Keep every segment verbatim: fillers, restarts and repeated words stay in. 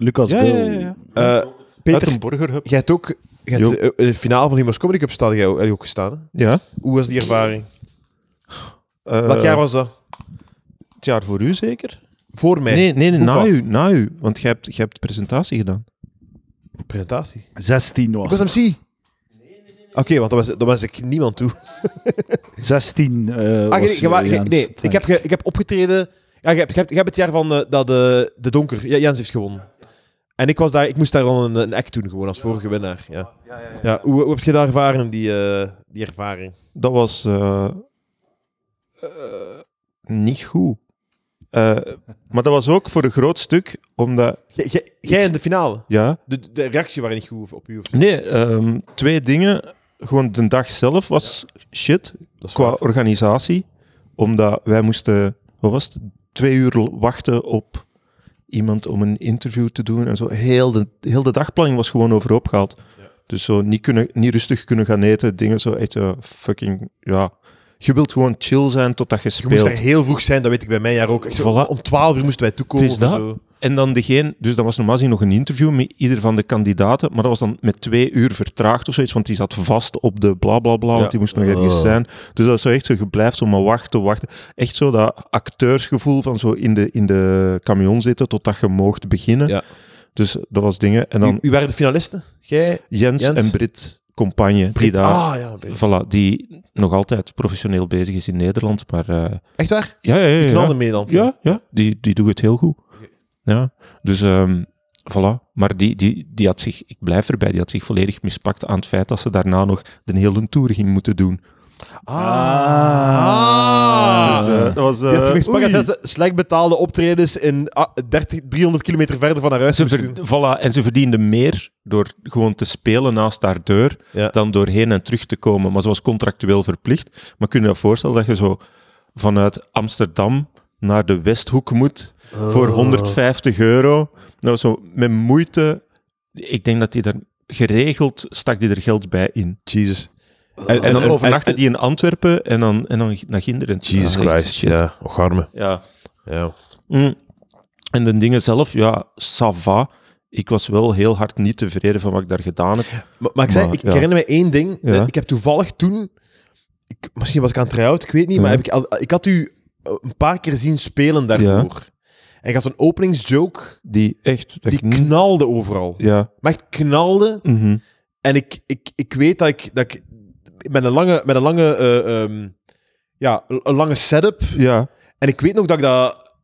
Lucas, Ja, go. ja, ja, ja. Uh, Peter, een burgerhub. jij hebt ook... Jij hebt, uh, in de finale van de Humors Comedy Cup staat jij ook, heb je ook gestaan. Hè? Ja. Hoe was die ervaring? Uh, Welk jaar was dat? Het jaar voor u zeker? Voor mij? Nee, nee, nee na Hoeveel? u, na u. Want jij hebt, jij hebt de presentatie gedaan. Presentatie? zestien was Ik was M C. Oké, okay, want daar was, daar was ik niemand toe. zestien uh, ah, was je, je, je, Jens, Nee, ik heb, ge, ik heb opgetreden... Ja, je, hebt, je, hebt, je hebt het jaar van uh, dat de, de Donker... Ja, Jens heeft gewonnen. En ik, was daar, ik moest daar dan een, een act doen, gewoon, als vorige winnaar. Ja. Ja, ja, ja. Ja, hoe, hoe heb je dat ervaren, die, uh, die ervaring? Dat was... Uh, uh, niet goed. Uh, maar dat was ook voor een groot stuk, omdat... Jij in de finale? Ja. De, de reactie waren niet goed op u? Of nee, um, twee dingen. Gewoon de dag zelf was shit, qua waar. organisatie. Omdat wij moesten, wat was het, twee uur wachten op iemand om een interview te doen. En zo. Heel de, heel de dagplanning was gewoon overhoop gehaald. Ja. Dus zo niet, kunnen, niet rustig kunnen gaan eten, dingen zo echt uh, fucking, ja... Je wilt gewoon chill zijn totdat je speelt. Je moest er heel vroeg zijn, dat weet ik bij mij jaar ook. Echt, voilà. Om twaalf uur moesten wij toekomen. Het is dat. Zo. En dan degene... Dus dat was normaal gezien nog een interview met ieder van de kandidaten, maar dat was dan met twee uur vertraagd of zoiets, want die zat vast op de bla bla bla, ja. want die moest nog ergens zijn. Dus dat is zo echt zo, je blijft zo maar wachten, wachten. Echt zo dat acteursgevoel van zo in de, in de camion zitten totdat je moogt beginnen. Ja. Dus dat was dingen. En dan... U, u waren de finalisten? Jij? Jens, Jens? en Brit... Compagne, die daar, ah, ja, voilà, die nog altijd professioneel bezig is in Nederland, maar... Uh, Echt waar? Ja, ja, ja. Die knalde ja. Nederland. Ja, ja, die, die doet het heel goed. Okay. Ja, dus, um, voilà. Maar die, die, die had zich, ik blijf erbij, die had zich volledig mispakt aan het feit dat ze daarna nog de hele tour ging moeten doen. Ah. Dus, uh, dat was... Uh, je hebt gesproken dat ze slecht betaalde optredens in dertig, driehonderd kilometer verder van haar huis ze ver, voilà, en ze verdiende meer door gewoon te spelen naast haar deur ja. dan door heen en terug te komen. Maar ze was contractueel verplicht. Maar kun je je voorstellen dat je zo vanuit Amsterdam naar de Westhoek moet oh. voor honderdvijftig euro? Nou, zo met moeite... Ik denk dat die daar geregeld stak die er geld bij in. Jesus. En, en dan overnachtte die in Antwerpen en dan, en dan naar Ginderen. Jesus ja, Christ, ja. Och, arme. Ja. ja. Mm. En de dingen zelf, ja, ça va. Ik was wel heel hard niet tevreden van wat ik daar gedaan heb. Maar, maar ik, zei, maar, ik, ja. ik herinner me één ding. Ja. Ik heb toevallig toen... Ik, misschien was ik aan het try-out, ik weet niet, ja. maar heb ik, al, ik had u een paar keer zien spelen daarvoor. Ja. En ik had een openingsjoke... Die echt... Die knalde overal. Ja. Maar echt knalde. Mm-hmm. En ik, ik, ik weet dat ik... Dat ik met een lange... Met een lange uh, um, ja, een lange setup. Ja. En ik weet nog dat ik dat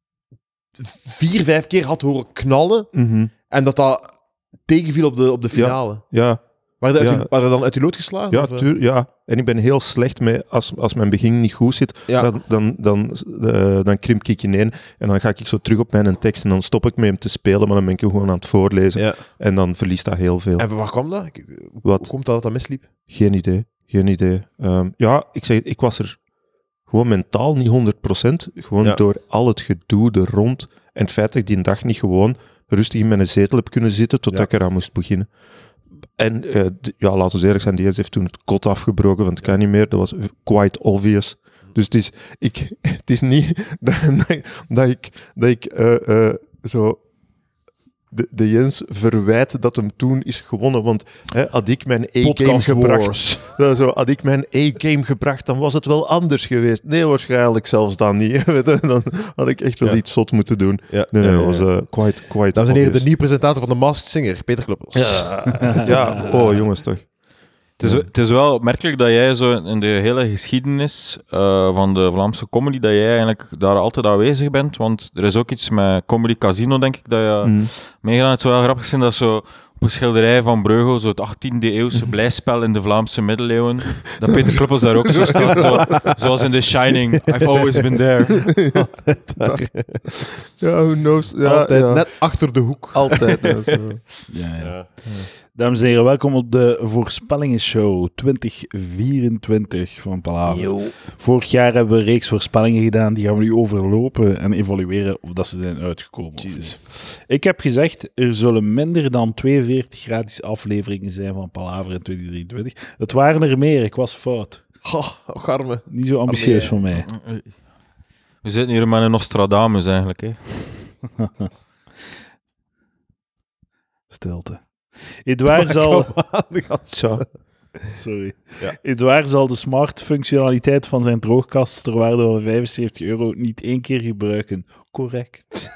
vier, vijf keer had horen knallen. Mm-hmm. En dat dat tegenviel op de, op de finale. Ja. ja. Waren er ja. dan uit uw lood geslagen? Ja, of, tuur, ja, en ik ben heel slecht met, als, als mijn begin niet goed zit, ja. dan, dan, dan, uh, dan krimp ik ineen en dan ga ik zo terug op mijn tekst en dan stop ik met hem te spelen, maar dan ben ik hem gewoon aan het voorlezen ja. en dan verliest dat heel veel. En waar kwam dat? Wat? Hoe komt dat dat dat misliep? Geen idee, geen idee. Um, ja, ik zeg, ik was er gewoon mentaal niet honderd procent, gewoon ja. door al het gedoe er rond en het feit dat ik die dag niet gewoon rustig in mijn zetel heb kunnen zitten totdat ja. ik eraan moest beginnen. En uh, d- ja, laten we eerlijk zijn, die heeft toen het kot afgebroken, want het kan niet meer. Dat was quite obvious. Dus het is, ik, het is niet dat, dat ik, dat ik uh, uh, zo de, de Jens verwijt dat hem toen is gewonnen. Want hè, had ik mijn A-game gebracht, uh, zo, had ik mijn A-game gebracht, dan was het wel anders geweest. Nee, waarschijnlijk zelfs dan niet. Dan had ik echt wel ja. iets zot moeten doen. Ja. Nee, nee, dat was uh, quite, quite Dames en heren, de nieuwe presentator van The Masked Singer, Peter Kluppels. Ja, ja. Oh jongens toch. Het is, het is wel opmerkelijk dat jij zo in de hele geschiedenis uh, van de Vlaamse comedy, dat jij eigenlijk daar altijd aanwezig bent, want er is ook iets met Comedy Casino, denk ik, dat je mm. meegedaan. Het zou wel grappig zijn dat zo op een schilderij van Breugel, zo het achttiende eeuwse blijspel in de Vlaamse middeleeuwen, dat Peter Kluppels daar ook zo staat, zo, zoals in The Shining, I've always been there. Ja, who knows. Ja, altijd ja. net achter de hoek. Altijd. Ja, zo. Ja, ja. Ja. Dames en heren, welkom op de Voorspellingenshow twintig vierentwintig van Palaver. Yo. Vorig jaar hebben we een reeks voorspellingen gedaan, die gaan we nu overlopen en evalueren of dat ze zijn uitgekomen. Jesus. Ik heb gezegd, er zullen minder dan tweeënveertig gratis afleveringen zijn van Palaver in twintig drieëntwintig. Het waren er meer, ik was fout. Oh, oh arme. Niet zo ambitieus van mij. We zitten hier met een Nostradamus eigenlijk, hè. Stilte. Edouard zal... Tja. Sorry. Ja. Edouard zal de smart functionaliteit van zijn droogkast ter waarde van vijfenzeventig euro niet één keer gebruiken. Correct.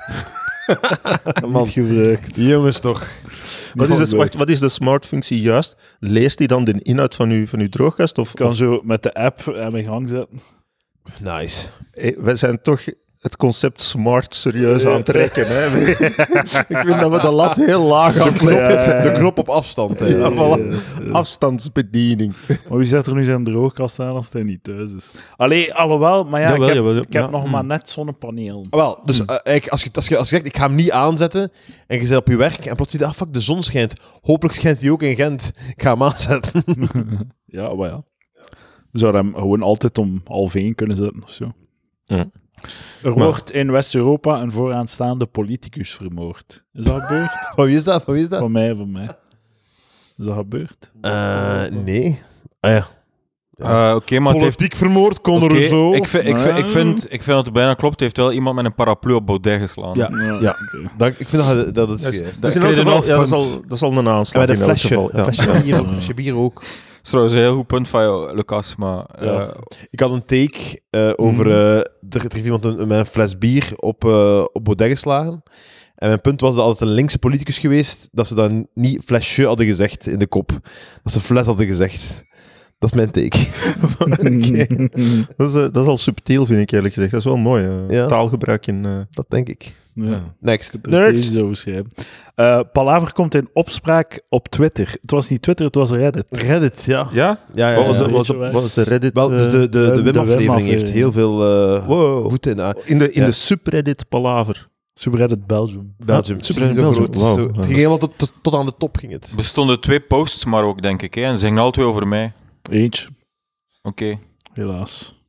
Man. Niet gebruikt. Jongens toch. Wat is, de, wacht, wat is de smart-functie juist? Leest die dan de inhoud van uw, van uw droogkast? Of, Ik kan of, zo met de app aan mijn gang zetten. Nice. eh, wij zijn toch het concept smart serieus aan het trekken. Hè? Ik vind dat we de lat heel laag aan het leggen Ja. zijn. De knop op afstand. Hè. Ja, voilà. Ja, ja. Afstandsbediening. Maar wie zet er nu zijn droogkast aan als hij niet thuis is? Allee, alhoewel, maar ja, Jawel, ik heb, jawel, ik heb ja. nog maar net zonnepaneel. Ah, wel, dus uh, ik, als, je, als, je, als je zegt, ik ga hem niet aanzetten, en je zit op je werk, en plots zie je, ah fuck, de zon schijnt. Hopelijk schijnt hij ook in Gent. Ik ga hem aanzetten. Ja, maar ja. Je zou hem gewoon altijd om half één kunnen zetten of zo. Ja. Er Maar- wordt in West-Europa een vooraanstaande politicus vermoord. Is dat gebeurd? Van wie is dat? Van wie is dat? Van mij, van mij. Is dat gebeurd? Uh, nee. Ah ja. Uh, Oké, maar het heeft... Politiek vermoord, Conor Oké, Rousseau. ik, vind, ik, vind, ik, vind, ik vind dat het bijna klopt. Hij heeft wel iemand met een paraplu op Baudet geslaan. Ja, ja. oké. Dat, ik vind dat dat is Dat is, juist. dat is in krijg elk je geval, een ja, dat, half is punt. al, dat is al een En aanslag met een in elk flesje. geval. Een Ja. flesje bier ook. Een flesje bier ook. Dat is trouwens een heel goed punt van jou, Lucas. Maar, Ja. uh, Ik had een take uh, over... Mhm. Uh, er, er heeft iemand een, met een fles bier op, uh, op Baudet geslagen. En mijn punt was dat altijd een linkse politicus geweest, dat ze dan niet flesje hadden gezegd in de kop. Dat ze fles hadden gezegd. Dat is mijn take. Oké. Dat, is, uh, dat is al subtiel, vind ik eerlijk gezegd. Dat is wel mooi. Uh, Ja. Taalgebruik in... Uh, Dat denk ik. Ja. Next. Ik heb er Next. deze over schrijven. Uh, Palaver komt in opspraak op Twitter. Het was niet Twitter, het was Reddit. Reddit, ja. ja? Ja, ja, Wat was, ja. de, was, de, Weet je wat was de Reddit... Wel, dus uh, de, de, de de Wim-aflevering Wim-aflevering. heeft heel veel uh, wow. voeten in. Uh, In de, in Ja. de subreddit Palaver. Subreddit Belgium. Belgium. Ah, Super Belgium. groot. Wauw. Zo, Ja, het dat ging is- helemaal tot, tot, tot aan de top ging het. er bestonden twee posts, maar ook, denk ik. Hè, en ze gingen alle twee over mij. Eentje, Oké. Okay. helaas.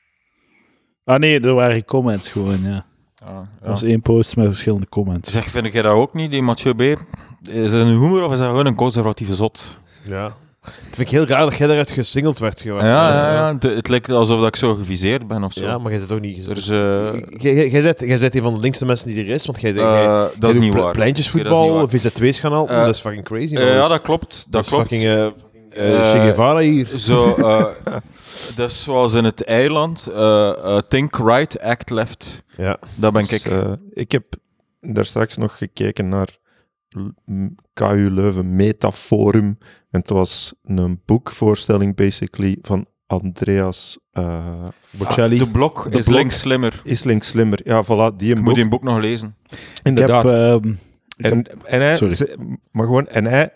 Ah nee, er waren comments gewoon, ja. Ah, Er ja. was één post met verschillende comments. Zeg, vind jij dat ook niet, die Mathieu B? Is het een humor of is dat gewoon een conservatieve zot? Ja. Het vind ik heel raar dat jij daaruit gesingeld werd. Ja, Gewoon. ja, ja. Het, het lijkt alsof dat ik zo geviseerd ben of zo. Ja, maar jij zit ook niet... Dus, uh, Jij- Jij jij bent jij bent een van de linkste mensen die er is, want jij jij- uh, jij dat is doet niet ple- waar. Pleintjesvoetbal, Oké, dat V Z twee's-kanaal, Uh, dat is fucking crazy. Uh, man. ja, Dat dat klopt. is- Dat, dat is klopt. fucking uh, uh, Uh, Che Guevara hier. Zo, uh, dat is zoals in het eiland. Uh, uh, think right, act left. Ja. Dat ben Dus, ik. uh, ik heb daar straks nog gekeken naar L- K U Leuven Metaforum. En het was een boekvoorstelling, basically, van Andreas... Uh, Bocelli. De blok De is blok. links slimmer. is links slimmer. Ja, voilà, die Ik een moet boek. die een boek nog lezen. Ik heb... Inderdaad. ehm, ik en, heb- en, hij, Sorry. ze- maar gewoon, en hij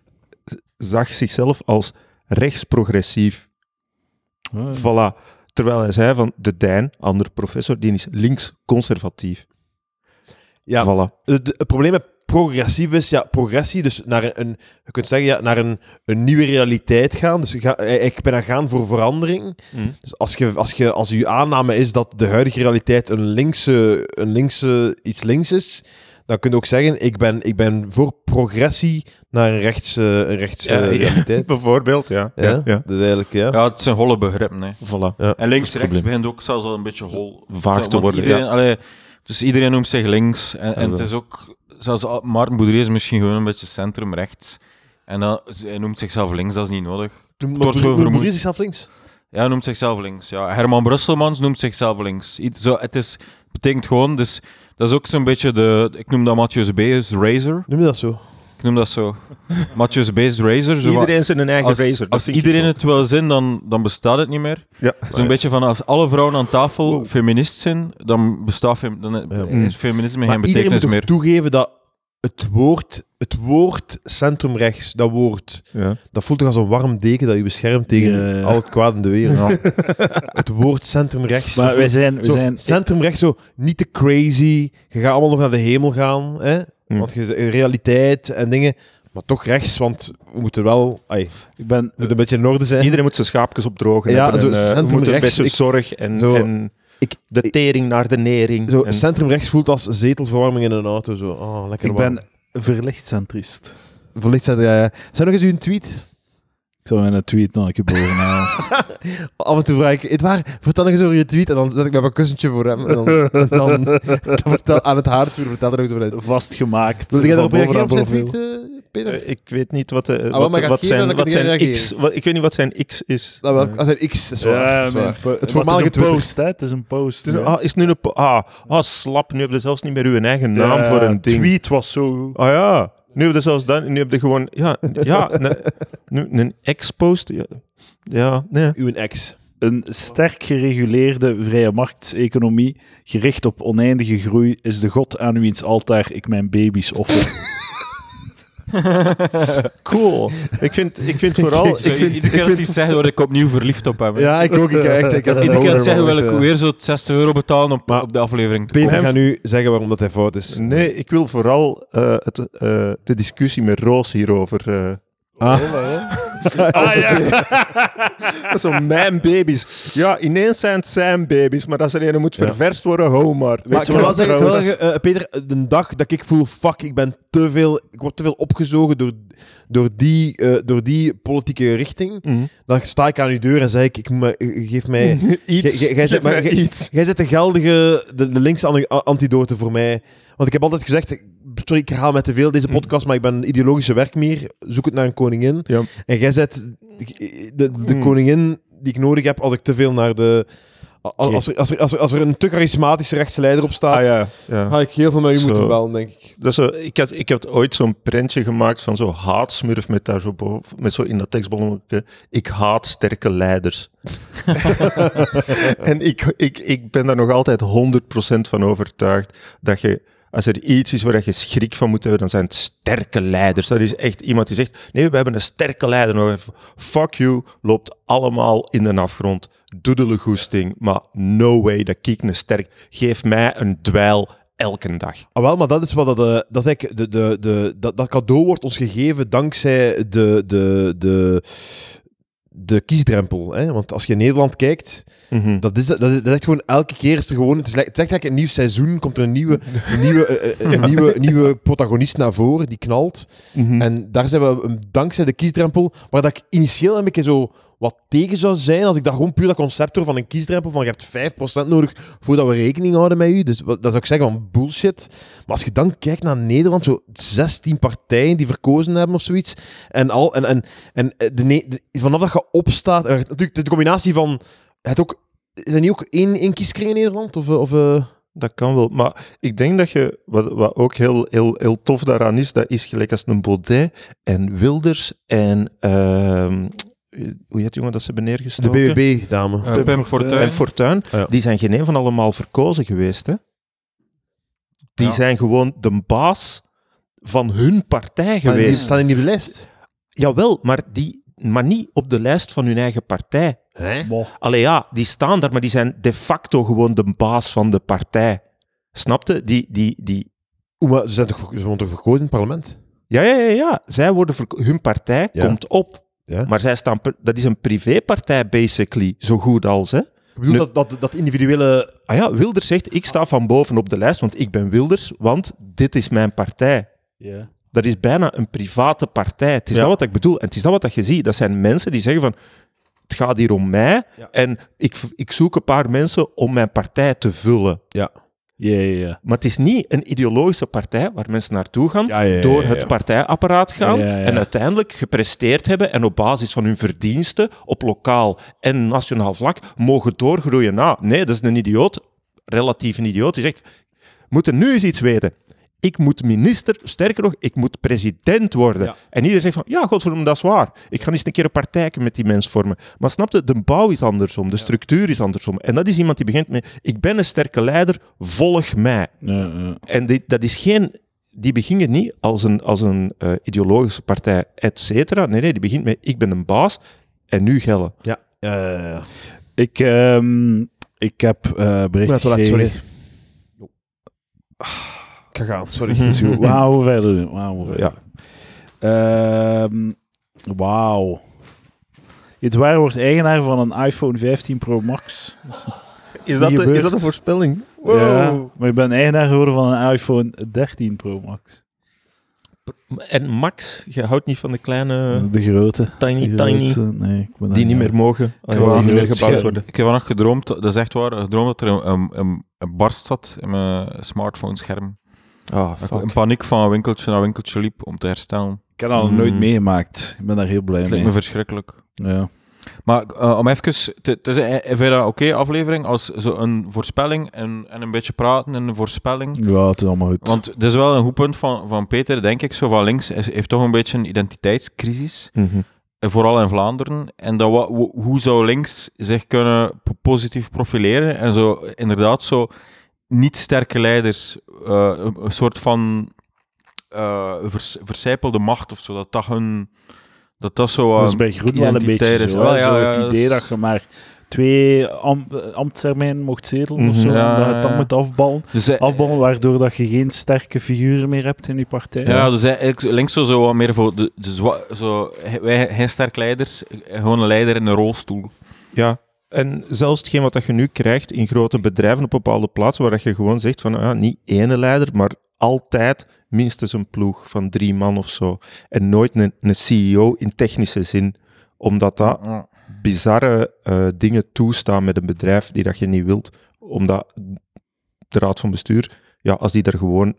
zag zichzelf als rechtsprogressief. Ah, Voilà. Terwijl hij zei van de Dijn, andere professor, die is links-conservatief. Ja, Voilà. het, het probleem met progressief is, ja, progressie, dus naar een, je kunt zeggen, ja, naar een, een nieuwe realiteit gaan. Dus ga, ik ben aan gaan voor verandering. Mm. Dus als je, als je, als je aanname is dat de huidige realiteit een linkse, een linkse iets links is, dan kun je ook zeggen, ik ben, ik ben voor progressie naar een rechtse, een rechtse Ja, ja. realiteit. Bijvoorbeeld, ja. Ja, ja, ja. dus eigenlijk, ja. Ja, het zijn holle begrippen. Hè. Voilà. Ja. En links-rechts probleem. begint ook zelfs al een beetje hol. Vaag te Want worden, Iedereen, ja. allee, dus iedereen noemt zich links. En, en Ja, het wel. is ook... Zelfs al- Maarten Boudry is misschien gewoon een beetje centrum-rechts. En dan, hij noemt zichzelf links, dat is niet nodig. Toen wordt gewoon Boudry vermoed- is zichzelf links. Ja, hij noemt zichzelf links. Ja, Herman Brusselmans noemt zichzelf links. Iet- Zo, het is, betekent gewoon... Dus, dat is ook zo'n beetje de... Ik noem dat Matthias B's Razor. Noem je dat zo? Ik noem dat zo. Matthias B's Razor. Zo, Iedereen zijn een eigen als, razor. dat als vind ik iedereen ook. het wil zijn, dan, dan bestaat het niet meer. Ja. Zo'n beetje van als alle vrouwen aan tafel Wow. feminist zijn, dan bestaat fem, dan Ja. is feminisme Maar geen iedereen moet betekenis toch meer. toegeven dat het woord, het woord centrumrechts, dat woord, Ja. dat voelt toch als een warm deken dat je beschermt tegen Ja, ja. al het kwaad in de wereld. Het woord centrumrechts. Maar dat wij voelt- zijn... We zo, zijn centrumrechts, zo niet te crazy. Je gaat allemaal nog naar de hemel gaan. Hè? Mm. Want je realiteit en dingen. Maar toch rechts, want we moeten wel... Ai, ik ben... we moeten een beetje in orde zijn. Iedereen moet zijn schaapjes opdrogen Ja, hebben. zo en, eh, we centrum moeten een rechts, beetje ik- zorg en, zo- en ik- de tering naar de nering. Zo, en, centrumrechts voelt als zetelverwarming in een auto. Zo. Oh, lekker Ik warm. ben verlicht centrist. Verlicht zijn, ja, ja. Zijn nog eens uw tweet? Ik zal mijn tweet nog een keer bovenhalen. Af en toe vraag ik, Edouard, vertel eens over je tweet. En dan zet ik met mijn kussentje voor hem. En dan, en dan, dan vertel, aan het haardvuur vertel er ook over het. Vastgemaakt. Wil jij daarop van boven reageren op zijn naar tweet, boven. uh, Peter? Uh, ik weet niet wat, uh, wel, wat, maar gaat wat geven, zijn, dan wat kan jij zijn reageren. X... Wat, ik weet niet wat zijn X is. Nou, wel, Uh, als een X, dat is waar. Ja, dat is waar. mijn po- Het maar voormalige het is een Twitter. post, hè. Het is een post. het is, ja. ah, is het nu een... po- Ah, ah, slap. Nu heb je zelfs niet meer uw eigen naam Ja, voor een ding. tweet was zo goed. Ah ja. Nu heb je zelfs dat. Nu heb je gewoon... Ja, ja een, een, een X-post. Ja, ja, nee. Uw ex. Een sterk gereguleerde vrije markteconomie, gericht op oneindige groei, is de god aan wiens altaar ik mijn baby's offer. Cool. Ik vind, ik vind vooral... Ik ik vind, vind, iedere keer dat hij het zegt, word ik opnieuw verliefd op hem. hè. Ja, ik ook. Ik, echt, ik heb Iedere keer dat hij zegt, wil ik uh, weer zo zestig euro betalen op, Maar op de aflevering. te Peter komen. gaat nu zeggen waarom dat hij fout is. nee, ik wil vooral uh, het, uh, de discussie met Roos hierover... Uh, Ah. Ah, ja. Dat is zo mijn baby's. Ja, ineens zijn het zijn baby's, maar als er een moet Ja. ververst worden, hou maar. Maar ik je wil wel wat, zeggen, ik wil trouwens? zeggen, uh, Peter, de dag dat ik voel, fuck, ik ben te veel, ik word te veel opgezogen door, door, die, uh, door die politieke richting, Mm. dan sta ik aan uw deur en zeg ik, ik moet me, uh, geef mij... Iets. Jij- jij- jij Geef zet- maar mij jij- iets. Jij zet de geldige, de, de linkse an- antidote voor mij. Want ik heb altijd gezegd, sorry, ik herhaal met te veel deze podcast, maar ik ben een ideologische werkmier, zoek het naar een koningin. Ja. En jij zet de, de, de Hmm. koningin die ik nodig heb als ik te veel naar de... Als, als, er, als, er, als, er, als er een te charismatische rechtse leider op staat, Ah ja, ja. ga ik heel veel met u Zo. moeten bellen, denk ik. Dat is zo, ik, had, ik had ooit zo'n prentje gemaakt van zo'n haatsmurf met daar zo boven, met zo in dat tekstballonnetje, ik haat sterke leiders. En ik, ik, ik ben daar nog altijd honderd procent van overtuigd dat je, als er iets is waar je schrik van moet hebben, dan zijn het sterke leiders. Dat is echt iemand die zegt, nee, we hebben een sterke leider nodig. Fuck you, loopt allemaal in de afgrond. Doedele goesting, maar no way dat ik een sterk... Geef mij een dweil elke dag. Ah, wel, maar dat is wat dat, uh, dat is eigenlijk de, de, de, dat, dat cadeau wordt ons gegeven dankzij de, de, de, de kiesdrempel. Hè? Want als je in Nederland kijkt, Mhm. dat is, dat, is, dat is echt gewoon elke keer is er gewoon... Het, is, het zegt eigenlijk een nieuw seizoen, komt er een nieuwe, een nieuwe, uh, een nieuwe, een nieuwe protagonist naar voren, die knalt. Mhm. En daar zijn we um, dankzij de kiesdrempel, waar dat ik initieel een beetje zo wat tegen zou zijn, als ik daar gewoon puur dat concept door van een kiesdrempel, van je hebt vijf procent nodig voordat we rekening houden met u. Dus wat- dat zou ik zeggen van bullshit. Maar als je dan kijkt naar Nederland, zo zestien partijen die verkozen hebben of zoiets, en, al, en, en, en de, ne- de- vanaf dat je opstaat, er, natuurlijk de combinatie van, het ook, zijn die ook één, één kieskring in Nederland? Of... of uh... Dat kan wel, maar ik denk dat je, wat, wat ook heel, heel, heel tof daaraan is, dat is gelijk als een Baudet en Wilders en, ehm, hoe heet die jongen dat ze hebben De neergestoken? B B B-dame. Uh, Pim Fortuyn. En Fortuyn, Ja. die zijn geen een van allemaal verkozen geweest, hè? Die Ja. zijn gewoon de baas van hun partij Staan die, geweest. staan die niet op de lijst? Jawel, maar, die, maar niet op de lijst van hun eigen partij. Hè? Allee ja, die staan daar, maar die zijn de facto gewoon de baas van de partij. Snapte? Die, die, die... Oeh, maar ze, zijn toch, ze worden toch verkozen in het parlement? Ja, ja, ja, ja. Zij worden verko- hun partij Ja. komt op. Ja. Maar zij staan per- dat is een privépartij, basically. Zo goed als, hè. Ik bedoel Nu- dat, dat, dat individuele... Ah ja, Wilders zegt, ik sta van boven op de lijst, want ik ben Wilders, want dit is mijn partij. Ja. Dat is bijna een private partij. Het is Ja. dat wat ik bedoel. En het is dat wat je ziet. Dat zijn mensen die zeggen van, het gaat hier om mij Ja. en ik, ik zoek een paar mensen om mijn partij te vullen. Ja. Ja, ja, ja. Maar het is niet een ideologische partij waar mensen naartoe gaan, Ja, ja, ja, door ja, het ja. partijapparaat gaan Ja, ja, ja. en uiteindelijk gepresteerd hebben en op basis van hun verdiensten op lokaal en nationaal vlak mogen doorgroeien. Nou, nee, dat is een idioot, relatief een idioot, die zegt, we moeten nu eens iets weten. Ik moet minister, sterker nog, ik moet president worden. Ja. En iedereen zegt van, ja, godverdomme, dat is waar. Ik ga eens een keer een partij met die mens vormen. Maar snap je, de bouw is andersom, de structuur is andersom. En dat is iemand die begint met, ik ben een sterke leider, volg mij. Ja, ja. En die, dat is geen... Die begingen niet als een, als een uh, ideologische partij, et cetera. Nee, nee, die begint met, ik ben een baas en nu gellen. Ja. Ja, ja, ja. Ik, ehm, ik heb uh, bericht Ja, toilet, gekregen. sorry. Ik ga gaan, sorry. Is goed. We gaan we verder doen. We gaan we verder. Ja. Ehm, Wauw. Edouard wordt eigenaar van een iPhone vijftien Pro Max. Dat is- Is dat de- is dat een voorspelling? Ja, maar ik ben eigenaar geworden van een iPhone dertien Pro Max. En Max, je houdt niet van de kleine, De grote. tiny, De tiny, grootste, nee, ik ben daar die niet niet meer mogen, heb die wel niet meer gehoord- gebouwd worden. Ik heb wel nog gedroomd, dat is echt waar, gedroomd dat er een, een, een, een barst zat in mijn smartphone-scherm. Ah, Dat ik fuck. in paniek van winkeltje naar winkeltje liep om te herstellen. Ik heb dat nog Mm. nooit meegemaakt. Ik ben daar heel blij Het lijkt mee. me verschrikkelijk. Ja. Maar uh, om even... Het het is een, vind je dat oké aflevering als zo een voorspelling en, en een beetje praten en een voorspelling? ja, het is allemaal goed. Want het is wel een goed punt van, van Peter, denk ik. Zo van links is, heeft toch een beetje een identiteitscrisis. Mhm. En vooral in Vlaanderen. En dat, wa- wo- hoe zou links zich kunnen p- positief profileren? En zo inderdaad zo niet sterke leiders, uh, een, een soort van uh, vers, versijpelde macht of zo. Dat dat hun... Dat dat zo... Uh, dat is bij Groen wel een beetje identitair is. zo. Wel, hè. ja, Zo ja, het dat idee is- dat je maar twee am ambtstermijnen mocht zetelen of Mhm. zo. Ja, en dat je het dan ja. moet afballen. dus hij- Afballen, waardoor dat je geen sterke figuren meer hebt in je partij. Ja, dus eigenlijk links zo, zo wat meer voor de, de zwa- zo, wij geen sterk leiders, gewoon een leider in een rolstoel. Ja, en zelfs hetgeen wat dat je nu krijgt in grote bedrijven op bepaalde plaatsen, waar dat je gewoon zegt van, ah, niet ene leider, maar altijd minstens een ploeg van drie man of zo. En nooit een, een C E O in technische zin, omdat dat Ja. bizarre eh, dingen toestaan met een bedrijf die dat je niet wilt, omdat de raad van bestuur, ja, als die er gewoon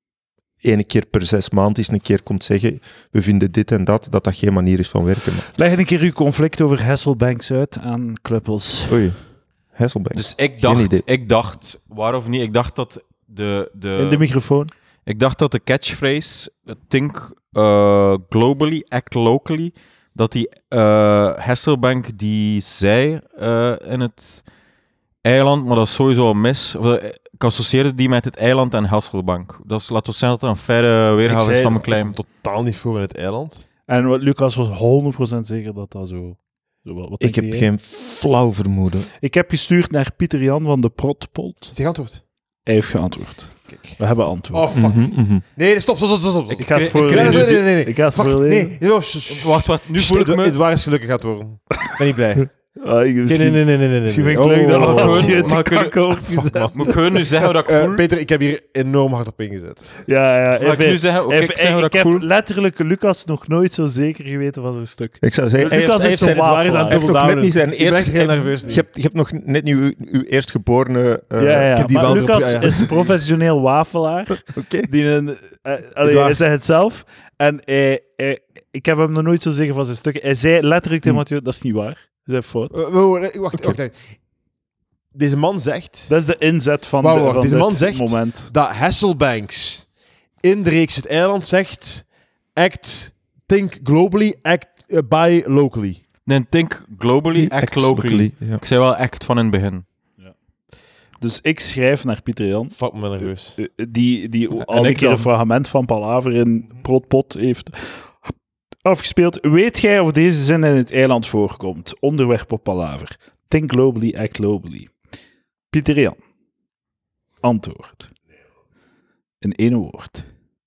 ene keer per zes maanden eens een keer komt zeggen, we vinden dit en dat, dat dat geen manier is van werken. Maar, Leg een keer uw conflict over Hasselbanks uit aan Kluppels. oei, Hasselbank. Dus ik Geen dacht, idee. ik dacht, waar of niet, ik dacht dat de, de, In de microfoon. ik dacht dat de catchphrase uh, think uh, globally, act locally, dat die uh, Hasselbank die zei uh, in het eiland, maar dat is sowieso een mis. Of, uh, ik associeerde die met het eiland en Hasselbank. Dat is, laten we zeggen dat dat een verre Ik weergave is zei, van mijn dat claim. komt totaal niet voor in het eiland. En wat Lucas was honderd procent zeker dat dat zo... zo wat wat Ik denk heb jij? geen flauw vermoeden. Ik heb gestuurd naar Pieter Jan van de Protpot. Zeg antwoord. Hij heeft geantwoord. Kijk. We hebben antwoord. Oh, fuck. Mhm, mhm. Nee, stop, stop, stop, stop. stop. Ik ga het ik- voor Nee, nee, nee, nee, nee. Ik ga het Fuck, voorlezen. nee. Oh, sh- sh- Wacht, wacht, nu voel ik Het- me... Het waar is gelukkig gaat worden. Ik ben niet blij. Ah, ik- Nee, misschien nee, nee, nee, nee, nee. misschien nee. vind ik het leuk dat Oh, we oh, het oh. hier Mag te ik er- kakken over gezet. Moet ik gewoon nu zeggen wat ik Eh, voel? Peter, ik heb hier enorm hard op ingezet. Ja, ja. Mag ik Even- nu zeggen, oké, even- ik zeg wat ik ik heb voel? letterlijk Lucas nog nooit zo zeker geweten van zijn stuk. Ik zou zeggen, hij Lucas heeft, is hij zo heeft zijn, wafelaar. hij heeft nog Double net niet zijn Ik ben echt eerste... heel hij- nerveus nu. Je hebt, je hebt nog net niet uw, uw eerstgeborene... eh, ja, ja, ik ja. heb die Maar wel Lucas op- ja, ja. is professioneel wafelaar. Oké. Die een, eh, allee, waar. hij zegt het zelf. En hij, hij- ik heb hem nog nooit zo zeker van zijn stukken. Hij zei letterlijk tegen Hm. Mathieu, dat is niet waar. Dat is fout. Eh, Wacht, wacht, wacht, wacht. Deze man zegt Dat is de inzet van, Wacht, de, wacht, van deze dit man zegt- moment. dat Hasselbanks in de reeks Het Eiland zegt act, think globally, act, uh, buy locally. Nee, think globally, act, locally. Ja. Ik zei wel act van in het begin. Dus ik schrijf naar Pieter Jan, Fuck me nerveus. eh, die, die En al een ik keer een dan? fragment van Palaver in Protpot heeft afgespeeld. Weet jij of deze zin in Het Eiland voorkomt? Onderwerp op Palaver. Think globally, act globally. Pieter Jan. Antwoord. In één woord.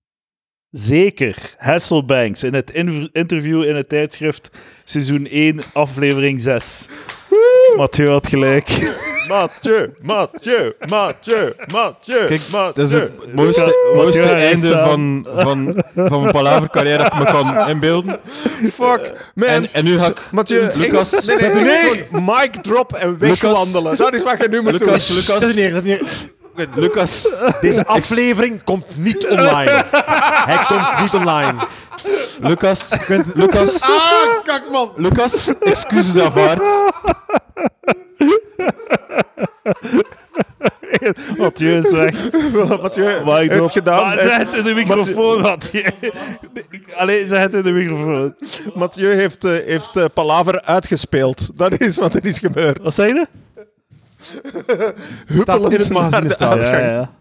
Zeker. Hasselbanks in het in- interview in het tijdschrift seizoen één, aflevering zes. Mathieu had gelijk. Mathieu, Mathieu, Mathieu, Mathieu, Kijk, Mathieu. dat is het mooiste, Wat mooiste ga ik einde staan? van, van, van mijn palavercarrière dat ik me kan inbeelden. Fuck, man. En, en nu ga ik... Mathieu, Lucas- ik, nee, nee, Zet u neer. gewoon mic drop en Lucas- wegwandelen. Dat is wat je nu moet Lucas, doen. Lucas, Zet u neer, zet u neer. Lucas, Deze aflevering komt niet online. Hij komt niet online. Lucas, Lucas, Ah, kak man. Lucas, excuses aanvaard. Mathieu is weg. Mathieu Mag ik heeft erop- gedaan. Maar zeg het in de microfoon, Mathieu. Allee, zeg het in de microfoon. Mathieu heeft, uh, heeft uh, Palaver uitgespeeld. Dat is wat er is gebeurd. Wat zeg je? Staat in het magazine naar de staan. Ja, ja.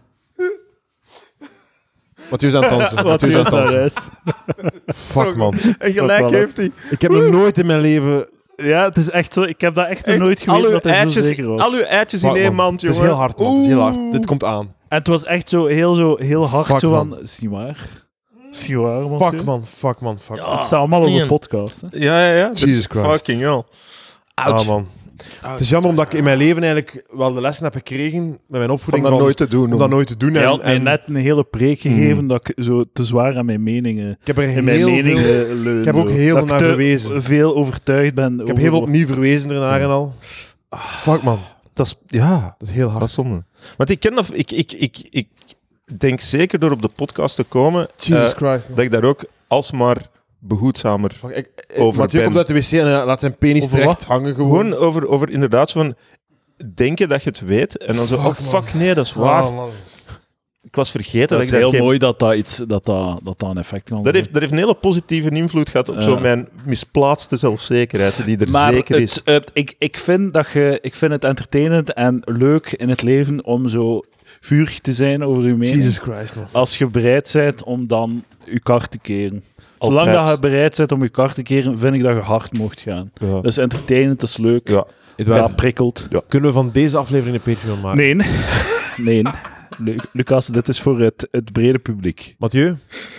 Mathieu is aan het dansen. Mathieu is Mathieu aan is het daar dansen. is. Fuck man. En gelijk Ook wel, heeft hij. Ik heb nog nooit in mijn leven... Ja, het is echt zo. Ik heb dat echt nog Echt, nooit al geweten uw dat hij zo eitjes, zeker was. al uw eitjes in Fuck, één man. mand, Het jongen. is heel hard, man. Het is heel hard. Oeh. Dit komt aan. En het was echt zo heel, zo, heel hard Fuck, zo van... man. Is niet waar. Is niet waar, Mathieu. Fuck man, fuck man, fuck man. Het staat allemaal op de man. podcast. Hè. Ja, ja, ja. Jesus Christ. Fucking hell. Ah Ouch. man. Ah, het is jammer omdat ik in mijn leven eigenlijk wel de lessen heb gekregen met mijn opvoeding Om dat nooit te doen. om om- dat nooit te doen. Hij En, had mij en net een hele preek gegeven dat ik zo te zwaar aan mijn meningen... ik heb er In mijn heel meningen veel, leun, ik heb ook zo. heel Dat veel ik naar te verwezen. veel overtuigd ben. ik heb over heel veel wat- opnieuw verwezen ernaar en al. Fuck man, Dat is, ja, dat is heel dat hard. is zonde. Want ik ken dat... Ik, ik, ik, ik denk zeker door op de podcast te komen, Jesus eh, Christ. Man. dat ik daar ook alsmaar behoedzamer... Fuck, ik, ik, over Mathieu ben. komt uit de wc en hij laat zijn penis Over terecht wat? hangen gewoon. Gewoon over, over inderdaad zo van... Denken dat je het weet, en dan zo... Fuck, oh, fuck, man. nee, dat is waar. Oh, man. Ik was vergeten dat, Dat is ik daar heel geen... mooi dat dat, iets, dat, dat, dat, dat een effect kan Dat heeft, dat heeft een hele positieve invloed gehad op Ja. zo mijn misplaatste zelfzekerheid, die er maar zeker is. het, het, ik, ik, vind dat je, ik vind het entertainend en leuk in het leven om zo vurig te zijn over je mening. Jesus Christ. Man. Als je bereid bent om dan je kar te keren. Zolang Altijd. dat je bereid bent om je kar te keren, vind ik dat je hard mocht gaan. Ja. Dat is entertainend, dat is leuk. Ja. Edouard, Ja, prikkelt. kunnen we van deze aflevering een Patreon maken? Nee. Nee. Lu- Lucas, dit is voor het, het brede publiek. Mathieu,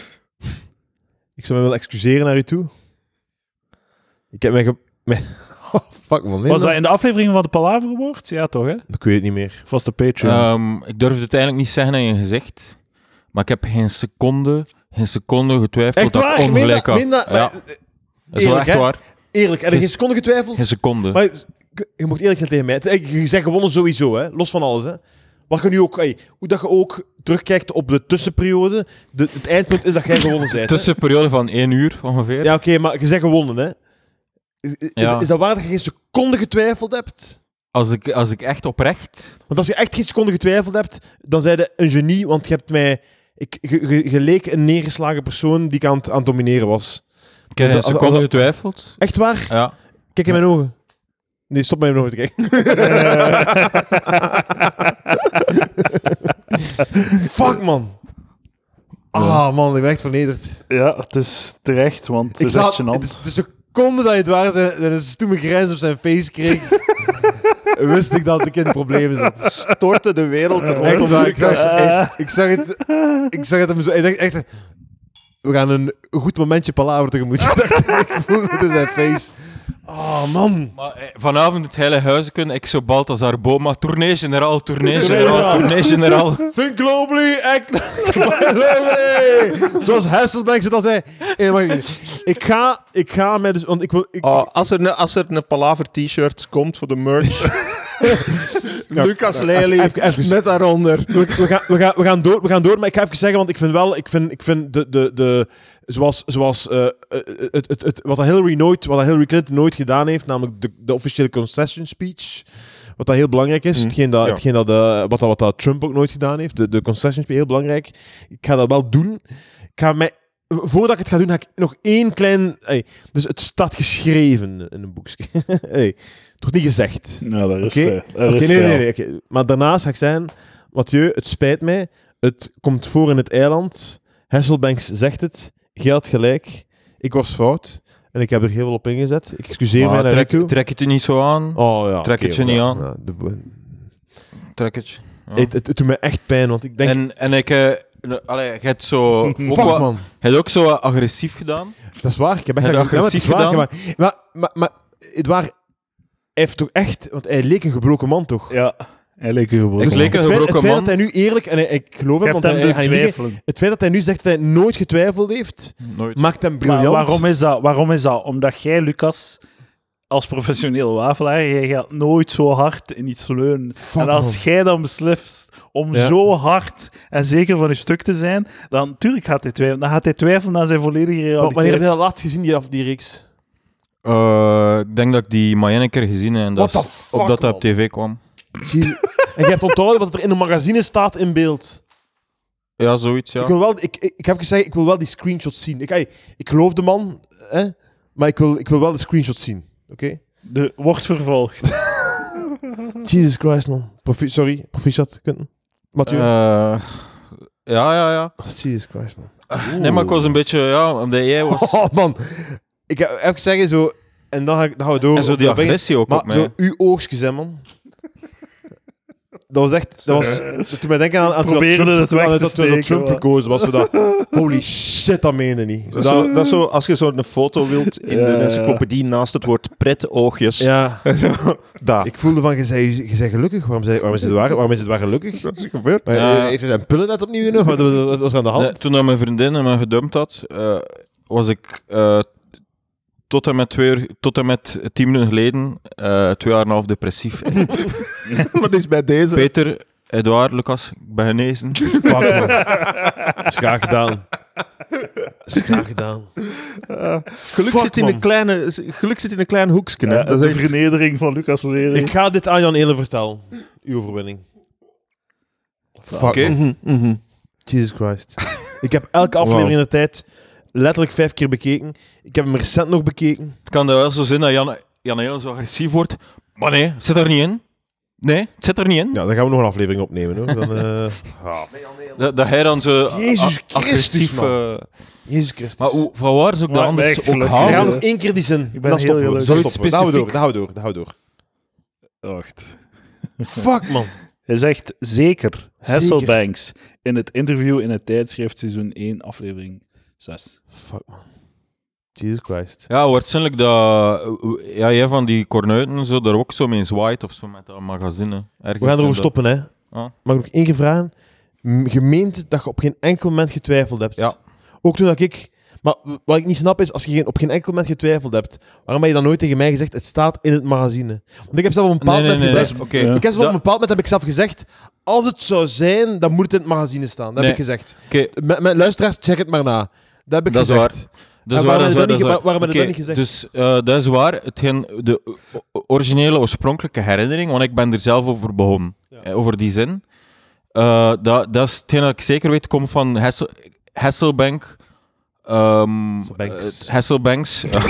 ik zou me willen excuseren naar u toe. Ik heb mij... Ge... mij- Oh, fuck man. Was dat in de aflevering van de Palaver Awards? Ja, toch, hè? Ik weet het niet meer. Of was de Patreon? Ehm, ik durf het eigenlijk niet zeggen aan je gezicht, maar ik heb geen seconde, geen seconde getwijfeld Echt dat waar? ik Je meent ongelijk dat- had. meen dat- Ja, maar- dat is wel eerlijk, echt hè? waar. Eerlijk, heb je Geen- geen seconde getwijfeld? Geen seconde. Maar je moet eerlijk zijn tegen mij. Het- Je zegt gewonnen sowieso, hè? Los van alles. Hè? Wat je nu ook, ey, hoe dat je ook terugkijkt op de tussenperiode, de, het eindpunt is dat jij gewonnen bent. hè? Tussenperiode van één uur ongeveer. Ja, oké, maar je zegt gewonnen, hè? Is, is, Ja. is dat waar dat je geen seconde getwijfeld hebt? Als, ik, als ik echt oprecht... Want als je echt geen seconde getwijfeld hebt, dan ben je een genie, want je hebt mij... Ik, je, je, je leek een neergeslagen persoon die ik aan het, aan het domineren was. Ik heb Als- geen als- seconde als- getwijfeld. Echt waar? Ja. Kijk in mijn ogen. Nee, stop met mijn ogen te kijken. Fuck, man. Ah, man, ik ben echt vernederd. Ja, het is terecht, want het Ik is echt zat, gênant. het is de seconde dat je het waar zijn, en een stoeme grijns op zijn face kreeg, wist ik dat ik in de problemen zat. Stortte de wereld er Echt rondom waar, ik, Lucas. zag, echt, ik zag het, ik zag het hem zo, ik dacht echt, we gaan een goed momentje palaver tegemoet. Ik voelde het in zijn face. Oh, man. Maar eh, vanavond het hele huizen, ik zo Balthazar Boma, tournee generaal, tournee generaal, generaal. tournee generaal. Think globally, act globally. Zoals Hasselbank het al zei. Hey, wacht even. Ik ga, ik ga met, dus, want ik wil, ik, Oh, als, er een, als er een Palaver t-shirt komt voor de merch. Lucas ja, Lely even- even- met daaronder. we, we, gaan, we, gaan, we, gaan door, we gaan door, maar ik ga even zeggen, want ik vind wel, ik vind, ik vind de, de, de, zoals, zoals uh, het, het, het, wat dat Hillary nooit, wat dat Hillary Clinton nooit gedaan heeft, namelijk de, de officiële concession speech, wat dat heel belangrijk is, Mm, hetgeen dat, ja. hetgeen dat, uh, wat, dat, wat dat Trump ook nooit gedaan heeft, de, de concession speech, heel belangrijk. Ik ga dat wel doen. Ik ga mij, voordat ik het ga doen, ga ik nog één klein, hey, dus het staat geschreven in een boekje. Hey, het wordt niet gezegd. Nou, daar is Oké, hij. Daar Oké, is nee, hij nee, al. nee. oké. Maar daarnaast ga ik zeggen, Mathieu, het spijt mij. Het komt voor in het eiland. Hasselbanks zegt het. Jij had gelijk. Ik was fout. En ik heb er heel veel op ingezet. Ik excuseer mij Maar naar u trek, toe. trek het je niet zo aan. Oh ja. trek oké, het je maar niet ja, aan. ja, de- Trek het. Ja. het, het, het doet me echt pijn, want ik denk... En, en ik... eh, ne- allee, je hebt zo... ook Fuck, wat- man. je hebt ook zo wat agressief gedaan. Dat is waar. Ik heb echt Heb je ja, maar het is agressief waar, gedaan? Maar, maar, maar, maar Edouard, hij heeft toch echt... Want hij leek een gebroken man, toch? Ja, hij leek een gebroken Ik leek man. een het feit, het gebroken feit man. dat hij nu eerlijk... En hij- ik geloof Je hem, hebt want hem hij, doen hij niet- twijfelen. het feit dat hij nu zegt dat hij nooit getwijfeld heeft, Nooit. maakt hem Maar briljant. waarom is dat? Waarom is dat? Omdat jij, Lucas, als professioneel wafelaar, jij gaat nooit zo hard in iets leunen. Fuck, En als man. jij dan beslist om Ja. zo hard en zeker van je stuk te zijn, dan natuurlijk gaat hij twijfelen. Dan gaat hij twijfelen aan zijn volledige Wa- realiteit. Wanneer heb je dat laatst gezien, die, af- die reeks? Eh, ik denk dat ik die maar één keer gezien heb en dat What the is fuck, op dat hij man? op tv kwam. Jezus. En je hebt onthouden wat er in een magazine staat in beeld. Ja, zoiets, ja. Ik wil wel, ik, ik, ik heb gezegd, ik wil wel die screenshots zien. Ik, ey, ik geloof de man, hè, maar ik wil, ik wil wel de screenshots zien. Oké? De, wordt vervolgd. Jesus Christ, man. Profi sorry, proficiat, Quentin. Mathieu. Eh, ja, ja, ja. Jesus Christ, man. Nee, maar ik was een beetje, ja, omdat jij was... Oh, man. Ik heb even zeggen, zo... En dan, ga ik, dan gaan we door. en zo op die dat ding. agressie ook op Maar mij. zo, uw oogstjes, hè, man. dat was echt... Dat was, dat toen mij denken aan, aan toen dat Probeerde Trump, het weg aan te dat, toen dat steken, Trump maar- verkozen was. Zo dat, holy shit, dat meende niet. Dat is, zo, dat is zo, als je zo'n foto wilt in Ja, de ja. encyclopedie naast het woord pret-oogjes. Ja, Zo, daar. ik voelde van, je zei, je zei gelukkig. Waarom, zei, waarom, is het waar, waarom is het waar gelukkig? Wat is er gebeurd? Maar, Ja. eh, Heeft hij zijn pillen net opnieuw genomen? Wat, wat- wat was er aan de hand? Nee, toen dat mijn vriendin me gedumpt had, uh, was ik uh, tot, en met twee uur, tot en met tien minuten geleden uh, twee jaar en een half depressief. Wat is bij deze? Peter, Edouard, Lucas, ik ben genezen. Fuck, man. Is graag gedaan. Is graag gedaan. Uh, geluk, Fuck, zit in man. een kleine, geluk zit in een klein hoekje. hè. Ja, dat de is echt- vernedering van Lucas Lering. Ik ga dit aan Jan Elen vertellen. Uw overwinning. Fuck, Oké. man. Mhm, mhm. Jesus Christ. Ik heb elke aflevering in de tijd letterlijk vijf keer bekeken. Ik heb hem recent nog bekeken. Het kan wel zo zijn dat Jan, Jan Helen zo agressief wordt. Maar nee, het zit er niet in. Nee, het zit er niet in. Ja, dan gaan we nog een aflevering opnemen. Hoor. Dan, eh, ah. Dat, dat hij dan zo Jezus a- Christus, agressief... man. uh, Jezus Christus. maar hoe, van waar zou ik dat Maar ik ben anders echt ook gelukkig. We gaan halen? nog één keer die zin. Ik ben dan heel stoppen we. Dan gelukkig. stoppen we. Dan houden we door. Specifiek. Dan houden we door. Dan houden we door. Wacht. Fuck, man. Hij zegt zeker Hasselbanks in het interview in het tijdschrift seizoen één, aflevering zes. Fuck, man. Jesus Christ. Ja, waarschijnlijk dat... Ja, jij van die kornuiten zo, daar ook zo mee zwaait of zo met dat magazine. Ergens We gaan erover in stoppen, hè. Ah. Mag ik nog één keer vragen? M- Je meent dat je op geen enkel moment getwijfeld hebt. Ja. Ook toen dat ik... Maar wat ik niet snap is, als je geen, op geen enkel moment getwijfeld hebt, waarom heb je dan nooit tegen mij gezegd, het staat in het magazine? Want ik heb zelf op een dat. bepaald Nee, nee, moment nee. gezegd... Oké. Ja. Ik heb zelf op Dat- een bepaald moment heb ik zelf gezegd, als het zou zijn, dan moet het in het magazine staan. Dat heb Nee. ik gezegd. Oké, Met, met luisteraars, check het maar na. Dat heb ik Dat is gezegd. dat is En waar, waarom dat is heb je waar, dat dat is niet ge- waarom waar. heb je dat Oké, niet gezegd? Dus uh, dat is waar. Hetgeen, de o- o- originele, oorspronkelijke herinnering, want ik ben er zelf over begonnen, Ja. eh, over die zin. Uh, dat, dat is hetgeen dat ik zeker weet, komt van Hassel, Hasselbank. Um, Hasselbanks. uh, Hasselbanks. Uh,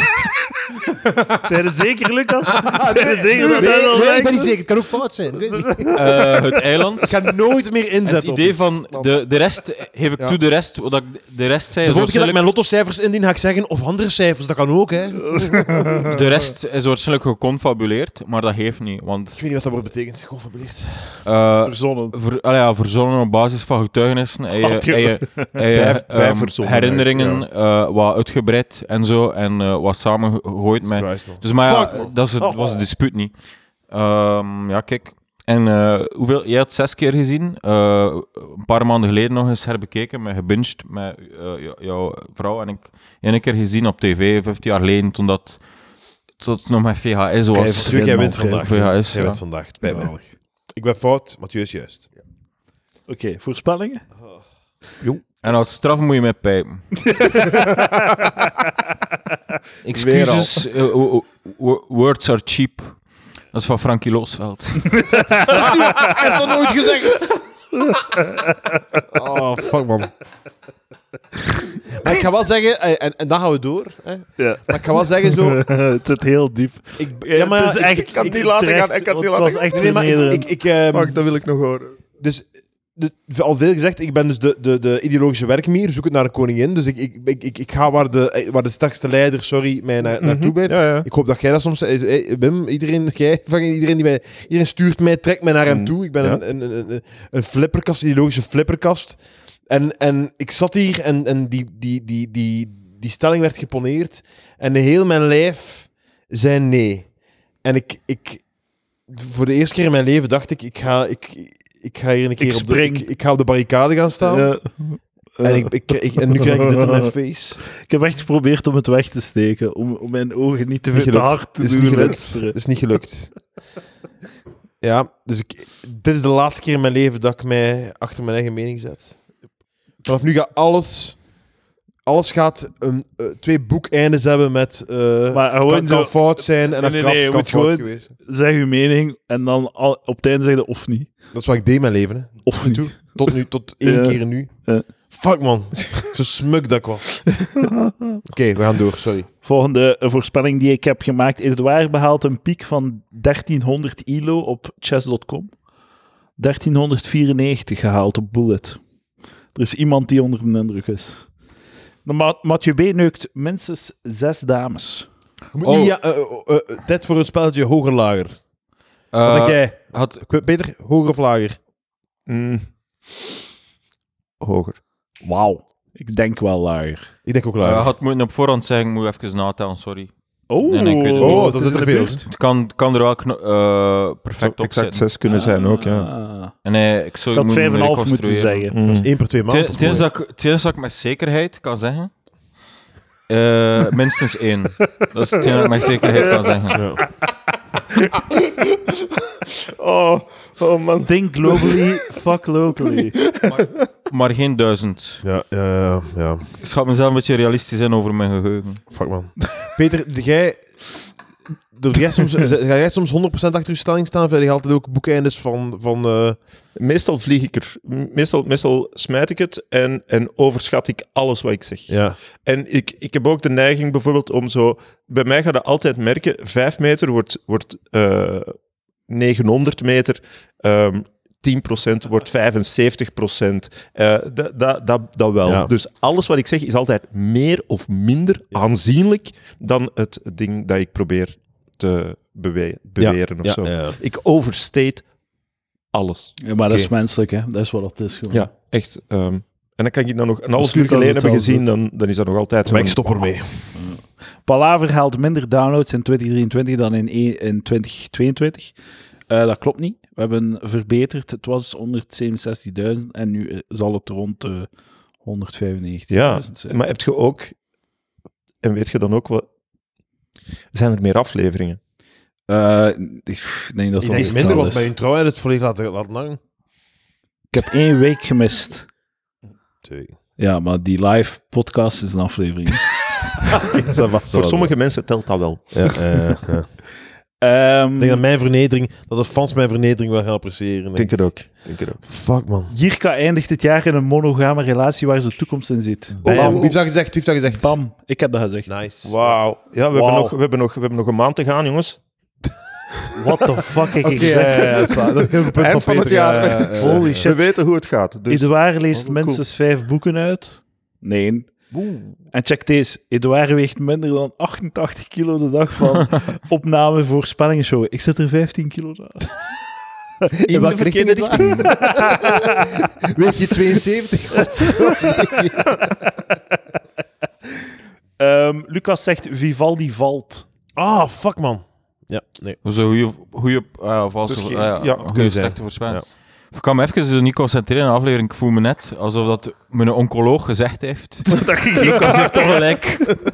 Zijn er zeker, Lucas? Zijn er zeker dat Nee, hij al nee, ik weg ben is? niet zeker. Het kan ook fout zijn. Ik weet niet. uh, het eiland. Ik ga nooit meer inzetten. Het op idee iets. van de, de rest, geef ik Ja. toe de rest, wat ik de rest zei, De is volgende keer dat ik waarschijnlijk, mijn lottocijfers indien, ga ik zeggen, of andere cijfers, dat kan ook, hè. Ik de rest is waarschijnlijk geconfabuleerd, maar dat heeft niet, want weet niet wat dat wordt betekend. Geconfabuleerd. uh, Verzonnen. ver, allee, ja, verzonnen op basis van getuigenissen en je, Had je- en je, en je, Bij- bij ehm, verzonnen, herinneringen uh, wat uitgebreid en zo, en uh, wat samengegooid met... Christ, man. Dus maar ja, Fuck, man. dat is het, Oh. was het dispuut niet. Ehm, ja, kijk. En uh, hoeveel? Jij had zes keer gezien. Uh, een paar maanden geleden nog eens herbekeken, met gebinged met uh, jou- jouw vrouw en ik. Eén keer gezien op tv, vijftien jaar geleden, toen dat, toen het nog met V H S was. Mathieu, jij wint vandaag. V H S, Jij ja. wint vandaag. Het spijt me. Zalig. Ik ben fout, Mathieu is juist. Oké, voorspellingen? En als straf moet je mij pijpen. Excuses, uh, uh, uh, words are cheap. Dat is van Frankie Loosveld. Ik heb dat nooit gezegd. Oh, fuck, man. Maar ik ga wel zeggen, eh, en, en dan gaan we door. Hè. Ja. Maar ik ga wel zeggen zo. Het zit heel diep. Ik, Ja, maar het is ik- echt, ik kan het niet laten terecht, gaan, ik kan het niet want laten Het was echt Nee, maar ik, vernederend. ik, ik, ehm, Fuck, dat wil ik nog horen. dus, de, al veel gezegd, ik ben dus de, de, de ideologische werkmier, zoek het naar een koningin. Dus ik, ik, ik, ik, ik ga waar de, waar de sterkste leider, sorry, mij na, naartoe bijt. Ja, ja. Ik hoop dat jij dat soms... eh, eh, Wim, iedereen, jij, van iedereen, die mij, iedereen stuurt mij, trekt mij naar hem Mm. toe. Ik ben Ja. een, een, een, een, een flipperkast, een ideologische flipperkast. En, en ik zat hier en, en die, die, die, die, die stelling werd geponeerd. En heel mijn lijf zei nee. En ik... ik voor de eerste keer in mijn leven dacht ik, ik ga, ik, ik ga hier een keer Ik op de, spring. ik, ik ga op de barricade gaan staan. Ja. En, ik, ik, ik- en nu krijg ik dit in mijn face. Ik heb echt geprobeerd om het weg te steken, om, om mijn ogen niet te, Niet te gelukt. hard te Is doen niet gelukt. luisteren. Dat is niet gelukt. Ja, dus ik, dit is de laatste keer in mijn leven dat ik mij achter mijn eigen mening zet. Vanaf nu gaat alles... Alles gaat een, eh, twee boekeindes hebben met... eh Maar gewoon kan, kan zo- fout zijn en Nee, dat nee, kan, nee, je kan moet fout gewoon- geweest. Zeg uw mening en dan al, op het einde zeggen of niet. Dat is wat ik deed in mijn leven. Hè. Of niet. Toe. Tot nu, tot één Ja. keer nu. Ja. Fuck, man. Zo smuk dat ik was. Oké, we gaan door. Sorry. Volgende eh, voorspelling die ik heb gemaakt. Edouard behaalt een piek van dertienhonderd elo op chess punt com. dertienhonderdvierennegentig gehaald op Bullet. Er is iemand die onder de indruk is. De Ma- Mathieu B. neukt minstens zes dames. Je moet Oh. niet, ja, eh, eh, eh, tijd voor een spelletje hoger-lager. Wat Uh, denk jij? Had, Peter, hoger of lager? Mm. Hoger. Wauw. Ik denk wel lager. Ik denk ook uh, lager. had moeten op voorhand zeggen, moet even natellen, sorry. Oh, Nee, nee, ik weet het niet. Oh, het dat is is in er de veel. buurt. Het kan, kan er wel kno- uh, perfect Zou op exact zitten. zes kunnen zijn ook, ja. Ah. En nee, ik zou Ik had moet vijf komma vijf moeten reconstrueren. zeggen. Mm. Dat is één per twee maanden. Het enige dat ik- het enige dat ik met zekerheid kan zeggen, uh, minstens één. Dat is het enige dat ik met zekerheid kan zeggen. Ja. Oh, oh man. Think globally, fuck locally. Maar, maar geen duizend. Ja, ja, ja, ja. Ik schat mezelf een beetje realistisch in over mijn geheugen. Fuck man. Peter, doe jij, doe jij, soms, ga jij soms honderd procent achter je stelling staan? Of heb je altijd ook boekeindes van... van uh... Meestal vlieg ik er. Meestal, meestal smijt ik het en, en overschat ik alles wat ik zeg. Ja. En ik, ik heb ook de neiging bijvoorbeeld om zo... Bij mij ga je altijd merken, vijf meter wordt, wordt uh, negenhonderd meter, um, tien procent wordt vijfenzeventig procent. Uh, dat, dat, dat, dat wel. Ja. Dus alles wat ik zeg is altijd meer of minder Ja. aanzienlijk dan het ding dat ik probeer te bewe- beweren of ja, zo. ja. Ik overstate alles. Ja, maar dat is Oké. menselijk, hè. Dat is wat het is gewoon. Ja, echt. Um, en dan kan je dat nog een half Dus uur Lucas geleden hebben hetzelfde. gezien, dan, dan is dat nog altijd... Maar ik zo'n- stop ermee. Palaver haalt minder downloads in twintig drieëntwintig dan in, e- in twintig tweeëntwintig. Uh, dat klopt niet. We hebben verbeterd. Het was honderdzevenenzestigduizend en nu uh, zal het rond de honderdvijfennegentigduizend Ja, zijn. maar heb je ook... En weet je dan ook wat... Zijn er meer afleveringen? Uh, ik denk dat Ik dat denk iets minder, want is. bij hun trouw het volledig laten, laten hangen. Ik heb één week gemist. Twee. Ja, maar die live podcast is een aflevering. Voor sommige mensen telt dat wel. Ja, uh, ja. um, Ik denk dat mijn vernedering, dat de fans mijn vernedering wel gaan appreciëren. Ik denk het ook. Ik denk het ook. Fuck man. Jirka eindigt dit jaar in een monogame relatie waar zijn toekomst in zit. Bam. Bam. Wie heeft dat gezegd? Wie heeft dat gezegd? Bam. Ik heb dat gezegd. Nice. Wauw. Ja, we, Wauw. Hebben nog, we, hebben nog, we hebben nog een maand te gaan, jongens. What the fuck heb Oké, ik ja, gezegd? ja, ja, dat is waar. Dat is een heel goed punt Eind van het Peter, jaar. ja, ja, ja. Holy We shit. weten hoe het gaat. Dus... Edouard leest Oh, cool. minstens vijf boeken uit. Nee. En check deze. Edouard weegt minder dan achtentachtig kilo de dag van opname voor Spellingenshow. Ik zit er vijftien kilo naast. In welke de verkeerde richting, richting. Weeg je tweeënzeventig? um, Lucas zegt Vivaldi valt. Ah, fuck man. Ja, nee. Dat is een goede, goede uh, valse, Dus dus geen- ja, ja, goede goeie slechte zijn. voorspelling. Ja. Ik kan me even niet concentreren in de aflevering. Ik voel me net alsof dat mijn oncoloog gezegd heeft. Dat je Lucas heeft toch gelijk.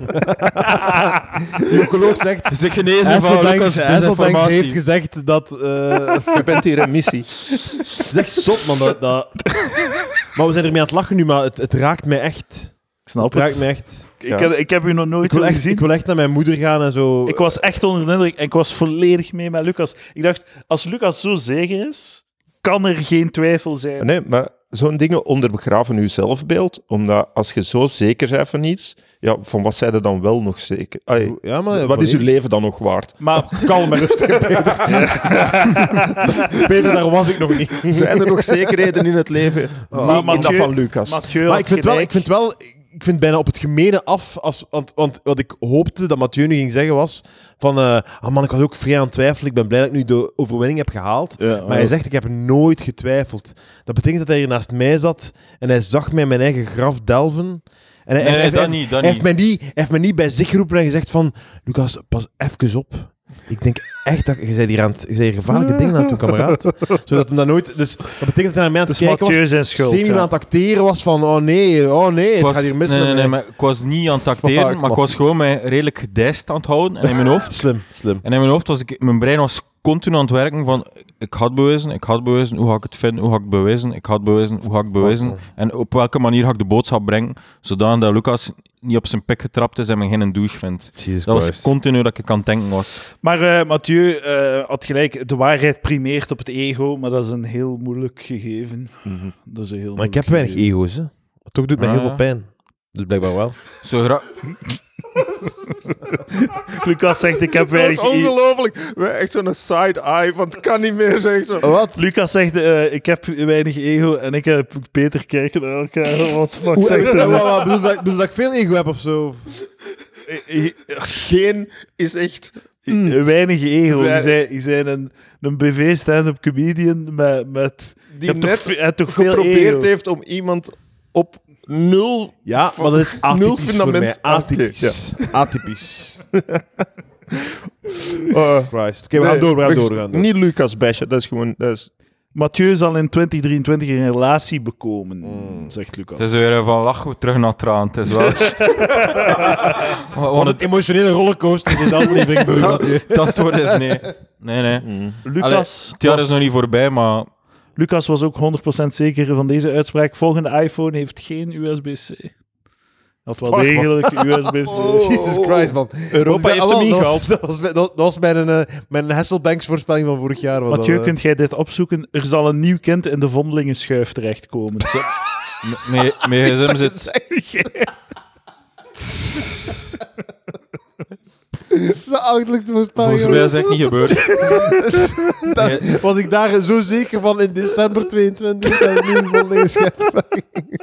De oncoloog zegt... Ze genezen van Hasselbanks, Lucas Hasselbanks heeft desinformatie. gezegd dat... uh, Je bent hier in missie. het is echt zot, man. Dat, dat... Maar we zijn ermee aan het lachen nu, maar het, het raakt mij echt. Ik snap Het raakt het. mij echt. Ik, Ja. heb, ik heb u nog nooit Ik wil zo echt, gezien. ik wil echt naar mijn moeder gaan en zo. Ik was echt onder de indruk en ik was volledig mee met Lucas. Ik dacht, als Lucas zo zeker is, kan er geen twijfel zijn. Nee, maar zo'n dingen onderbegraven je zelfbeeld. Omdat als je zo zeker bent van iets, ja, van wat zij er dan wel nog zeker? Allee, Ja, maar... wat is uw leven dan nog waard? Maar Kalm en rustig, Peter. Peter, daar was ik nog niet. Zijn er nog zekerheden in het leven? Oh. Niet Maar in dat Mathieu- van Lucas. Mathieu Maar had ik vind, wel, gelijk. ik vind wel... Ik vind bijna op het gemene af, als, want, want wat ik hoopte dat Mathieu nu ging zeggen was van, eh ah man, ik was ook vrij aan het twijfelen, ik ben blij dat ik nu de overwinning heb gehaald. Ja, Maar hij zegt, ik heb nooit getwijfeld. Dat betekent dat hij hier naast mij zat en hij zag mij mijn eigen graf delven. En hij, Nee, hij- nee, hij- dat niet, dat hij heeft niet. mij niet. Hij heeft mij niet bij zich geroepen en gezegd van, Lucas, pas even op. Ik denk echt dat je bent hier aan het, je bent hier gevaarlijke dingen aan het doen, kameraad. Zodat hem dat nooit... Dus dat betekent dat hij naar mij aan Het het is kijken was. Mathieu zijn schuld. Semi ja. aan het acteren was van, oh nee, oh nee, het Ik was, gaat hier mis nee, met nee, nee, mij. maar ik was niet aan het acteren, Fuck, maar ik man. was gewoon mij redelijk gedijst aan het houden. En in mijn hoofd, Slim, slim. en in mijn hoofd was ik... Mijn brein was continu aan het werken van... Ik had bewezen, ik had bewezen, hoe ga ik het vinden, hoe ga ik het bewijzen, ik had bewezen, hoe ga ik het bewijzen. man. En op welke manier ga ik de boodschap brengen, zodat Lucas niet op zijn pik getrapt is en me geen douche vindt. Jesus Dat was Christ. continu dat ik aan het denken was. Maar eh, Mathieu eh, had gelijk, de waarheid primeert op het ego, maar dat is een heel moeilijk gegeven. Mhm. Dat is een heel Maar ik heb moeilijk weinig gegeven. ego's, hè. Toch doet mij Ah, heel ja. veel pijn. Dus blijkbaar wel. Zo gra- Lucas zegt, ik heb Dat is weinig ego. ongelooflijk. We- Echt zo'n side-eye, want het kan niet meer, zeg ik zo. Wat? Lucas zegt, eh, ik heb weinig ego en ik heb Peter kijken naar elkaar. Wat de fuck Hoe, zegt wat, hij? wat, wat, bedoel, dat, bedoel dat ik veel ego heb of zo? Geen is echt... Mm. Weinig ego. Je Wij- zijn, je zijn een, een B V stand-up comedian met... met Die je hebt net toch, ve- je hebt toch veel geprobeerd ego. heeft om iemand op nul... Ja, maar dat is nul atypisch voor mij. fundament... Atypisch. Ja. Atypisch. Uh, Christ. Oké, we gaan nee, door, we gaan we- door. We gaan door. Niet Lucas bashen, dat is gewoon... Dat is, Mathieu zal in twintig drieëntwintig een relatie bekomen, Mm. zegt Lucas. Het is weer van lachen terug naar traan. Het is wel... Want Want het het, emotionele rollercoaster in de aflevering bedoel dat, je. het antwoord is nee. Nee, nee. mm. Lucas, Het jaar is was, nog niet voorbij, maar... Lucas was ook honderd procent zeker van deze uitspraak. Volgende iPhone heeft geen U S B-C. Dat wel Fuck, man. degelijk U S B-C. Oh. Jesus Christ, man. Europa Dat- heeft ah, hem wel, ingehaald. Dat was, dat was, mijn- dat was mijn, uh, mijn Hasselbanks voorspelling van vorig jaar. Was Mathieu, dat, uh, kunt jij dit opzoeken? Er zal een nieuw kind in de vondelingenschuif terechtkomen. Mijn gsm zit... dat is de ouderlijkste voorspelling. Volgens mij is dat echt niet gebeurd. Dat was ik daar zo zeker van in december tweeëntwintig. Dat is nu volledig schepping.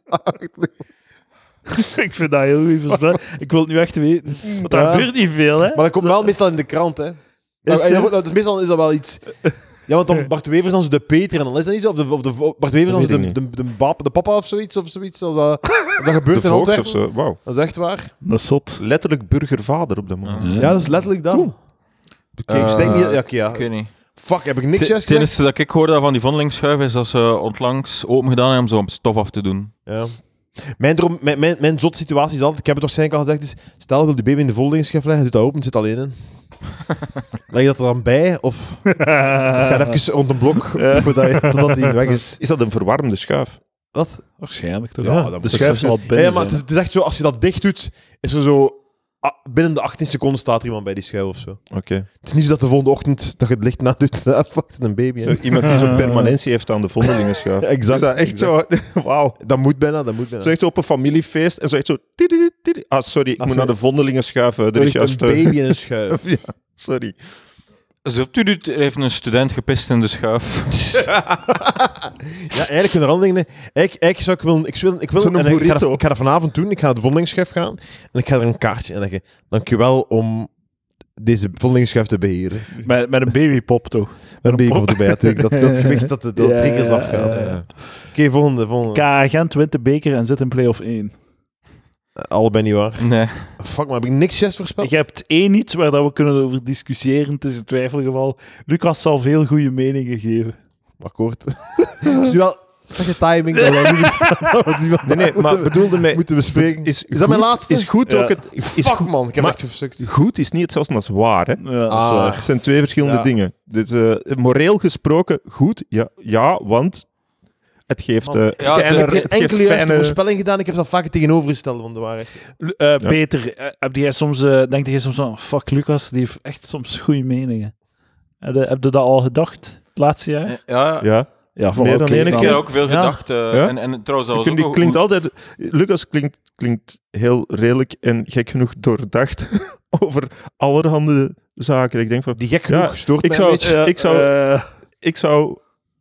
Ik vind dat heel goed voorspeld. Ik wil het nu echt weten. Want daar Ja. gebeurt niet veel, hè? Maar dat komt wel meestal in de krant, hè. Is, Maar, eh, ja, dat is meestal is dat wel iets... Ja, want dan Bart Wevers dan zo de Peter en dan is dat niet zo? Of de, of de, Bart Wevers dan Dat zo weet de, ik de, de, bap- de papa of zoiets? Of zoiets als dat, als dat gebeurt De in voogd Antwerpen. of zo. Wauw. Dat is echt waar. Dat is zot. Letterlijk burgervader op dat moment. Ja. Ja, dat is letterlijk dat. Kijk, ik denk niet... Ja, oké, ja. Ik weet niet. Fuck, heb ik niks Het juist het gezegd? enige dat ik hoorde van die vondelingschuif is dat ze onlangs open gedaan hebben om zo stof af te doen. Ja. Mijn, droom, mijn, mijn, mijn zot situatie is altijd, ik heb het waarschijnlijk al gezegd, is stel wil die baby in de voldingschef leggen, doet dat open, zit alleen in. Leg je dat er dan bij, of, of ga je even rond een blok voordat je, totdat hij weg is? Is dat een verwarmde schuif? Wat? Waarschijnlijk toch? Ja, de dat moet- schuif zal Ja, binnen maar het is, zijn. het is echt zo, als je dat dicht doet, is er zo... ah, binnen de achttien seconden staat er iemand bij die schuif of zo. Oké. Het is niet zo dat de volgende ochtend dat je het licht na doet, ah, fuck, het is een baby. Zo, Hè. iemand die zo'n permanentie heeft aan de vondelingenschuif. Ja, exact, Is dat echt zo? Wauw. Dat moet bijna, dat moet bijna. Zo echt zo op een familiefeest en zo echt zo... tidi, tidi. Ah, sorry, ik Ah, moet sorry. naar de vondelingenschuif. Er Er is ligt juist... een eh, baby in een schuif. ja, sorry. Zo, tuut, er heeft een student gepist in de schuif. Ja, eigenlijk zijn er andere dingen. Eigenlijk, eigenlijk zou ik willen... Ik wil, ik wil Zo'n en ik, ga burrito. dat, ik ga dat vanavond doen. Ik ga naar de vondelingschef gaan. En ik ga er een kaartje in leggen. Dankjewel om deze vondelingschef te beheren. Met, met een babypop, toch? Met een baby pop. erbij, natuurlijk. Dat, dat gewicht, dat de dat Ja, triggers ja, afgaan. ja, Oké, ja. volgende. volgende. K-agent wint de beker en zit in play-off één. Uh, allebei niet waar. Nee. Fuck, maar heb ik niks juist voorspeld? Je hebt één iets waar dat we kunnen over discussiëren. Het is een twijfelgeval. Lucas zal veel goede meningen geven. Akkoord. Het is nu wel slechte timing. Dat we nu- die wel- Nee, nee, maar moeten we- bedoelde mij... moeten bespreken. Is, Is dat mijn goed- laatste? Is goed Ja. ook het... Is Fuck, goed, man. Ik heb maar- echt versukt. goed is niet hetzelfde als waar, hè? Ja, dat is Ah. waar. Het zijn twee verschillende Ja. dingen. Dus, eh, moreel gesproken, goed, ja, ja want het geeft Man, eh ja, Ik fijne... heb geen het geeft enkele juiste fijne- voorspelling gedaan. Ik heb dat vaak het tegenovergestelde van de waarheid. Uh, Peter, uh, heb jij soms, uh, denk jij soms van, fuck Lucas, die heeft echt soms goede meningen. Heb je, heb je dat al gedacht, het laatste jaar? Ja, Ja, Ja, Meer dan oké, ene ik dan- heb er ook veel Ja. gedacht. eh, Ja? en, en trouwens, dat was Je ook kunt- die een klinkt goed- altijd... Lucas klinkt, klinkt heel redelijk en gek genoeg doordacht over allerhande zaken. Ik denk van... Die gek Ja, genoeg stoort ik mij zou- een beetje. Ja, Ik zou- eh, Ik zou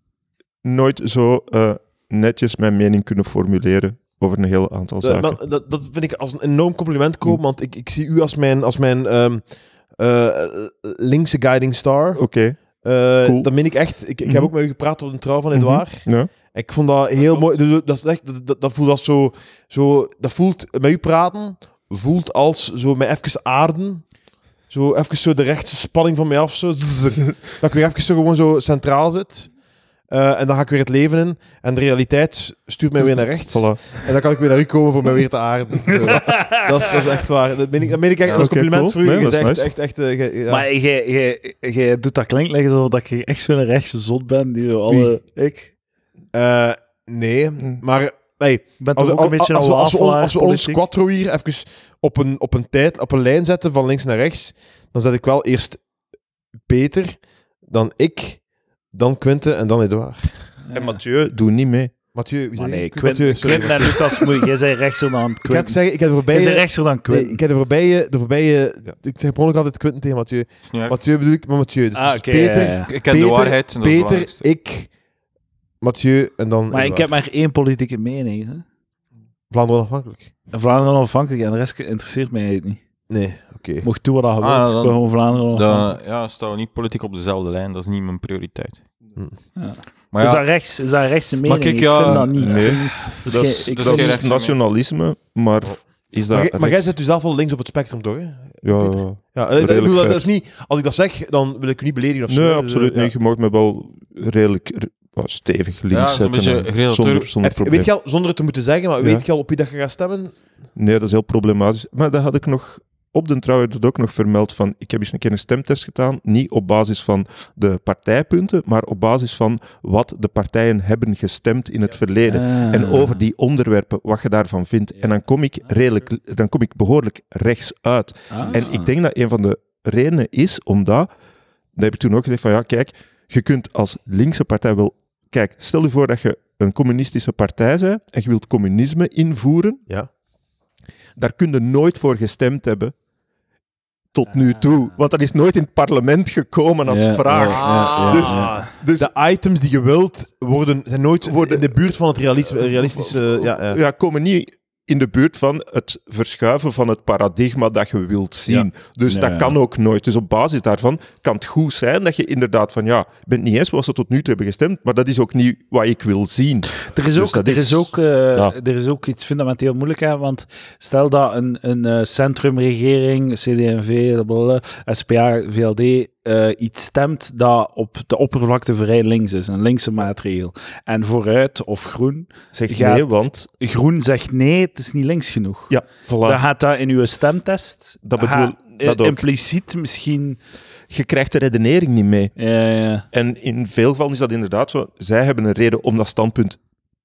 nooit zo eh, netjes mijn mening kunnen formuleren over een heel aantal Eh, zaken. maar dat, dat vind ik als een enorm compliment komen, Hm. want ik, ik zie u als mijn, als mijn ehm, eh, linkse guiding star. Oké. Eh, Cool. Dat meen ik echt. Ik, ik heb Mhm. ook met u gepraat over een trouw van Mhm. Edouard. Ja. Ik vond dat heel mooi. Dus Dat, is echt, dat, dat, dat voelt als zo, zo... Dat voelt... Met u praten voelt als zo met even aarden. Zo even zo de rechtse spanning van mij af. Zo, zzz, dat ik weer even zo gewoon zo centraal zit. Eh, en dan ga ik weer het leven in. En de realiteit stuurt mij weer naar rechts. Voilà. En dan kan ik weer naar u komen voor mij weer te aarden. Zo, dat, dat, is, dat is echt waar. Dat meen ik, dat meen ik echt Ja, als oké, compliment cool. voor u. Nee, Je dat is zegt nice. echt, echt, eh, ge- ja. Maar jij, jij, jij doet dat klinken like alsof dat je echt zo'n rechtse zot bent, die zo alle... Ik Eh, nee, Hm. maar... Hey, ben Als, toch ook als, een beetje als, een we, als, we, on- wafelaar, als we ons politiek. quattro hier even op een, op, een tijd, op een lijn zetten van links naar rechts, dan zet ik wel eerst Peter, dan ik, dan Quinte en dan Edouard. En Mathieu, doe niet mee. Mathieu, wie Maar zei nee, je? Quint, Mathieu, sorry. Quint en Lucas, moet- jij zei rechtser dan Ik heb Quint. zeggen, ik heb de Jij voorbije... zei rechtser dan nee, Quint. ik heb de voorbije... De voorbije Ja. Ik zeg per ongeluk altijd Quinte tegen Mathieu. Is niet erg. Mathieu bedoel ik, maar Mathieu. Dus, Ah, dus oké, Peter, ja, ja. Ik ken Peter, de waarheid. En dat is het Peter, belangrijkste. ik, Mathieu en dan Maar ik Edouard. heb maar één politieke mening. Hè. Vlaanderen onafhankelijk. Vlaanderen onafhankelijk en de rest interesseert mij eigenlijk niet. Nee, oké. oké. Mocht doen wat je Ah, wilt, dan- gewoon Vlaanderen. Dat, ja, staan we niet politiek op dezelfde lijn, dat is niet mijn prioriteit. Hm. Ja. Maar Is ja, dat rechts? Is dat een rechtse mening? kijk, ik ja, vind dat niet. nee. Ik vind- dat is Dat geen- is, ik dat vind- is rechts- nationalisme, maar is dat... Maar, jij- maar jij rechts? zet jezelf wel links op het spectrum, toch? Hè? Ja, ja. Ja, eh, Redelijk ik bedoel, dat, ver. dat is niet... Als ik dat zeg, dan wil ik u niet beledigen of zo. Nee, Dus, absoluut eh, ja. niet. Je mag me wel redelijk r- wel stevig links Ja, zo'n zetten. beetje en Greta zonder, Thunberg. zonder Heb- probleem. weet je al, zonder het te moeten zeggen, maar Ja. weet je al op wie dat je gaat stemmen? Nee, dat is heel problematisch. Maar dat had ik nog... Op de trouw werd het ook nog vermeld van... Ik heb eens een keer een stemtest gedaan. Niet op basis van de partijpunten, maar op basis van wat de partijen hebben gestemd in het verleden. Ah. En over die onderwerpen, wat je daarvan vindt. En dan kom ik, redelijk, dan kom ik behoorlijk rechts uit. Ah. En ik denk dat een van de redenen is omdat... Dat heb ik toen ook gezegd van... Ja, kijk, je kunt als linkse partij wel... Kijk, stel je voor dat je een communistische partij bent en je wilt communisme invoeren. Ja. Daar kun je nooit voor gestemd hebben. Tot nu toe. Want dat is nooit in het parlement gekomen als Ja, vraag. ja, ja, Dus- ja. Dus De items die je wilt, worden, zijn nooit worden in de buurt van het realisme, realistische... Ja, ja. ja, komen niet in de buurt van het verschuiven van het paradigma dat je wilt zien. Dus Ja, dat ja. kan ook nooit. Dus op basis daarvan kan het goed zijn dat je inderdaad van ja, ik ben het niet eens wat ze tot nu toe hebben gestemd, maar dat is ook niet wat ik wil zien. Er is Dus ook, dat er is- is ook, eh, ja. er is ook iets fundamenteel moeilijk aan, want stel dat een, een eh, centrumregering, C D en V, blablabla, S P A, V L D, eh, iets stemt dat op de oppervlakte vrij links is, een linkse maatregel. En Vooruit of Groen, Zeg Gaat- nee, want Groen zegt nee, het is niet links genoeg. ja, voilà. Dan gaat dat in uw stemtest, Dat bedoel- gaat, eh, dat ook. impliciet misschien... Je krijgt de redenering niet mee. Ja, ja, En in veel gevallen is dat inderdaad zo. Zij hebben een reden om dat standpunt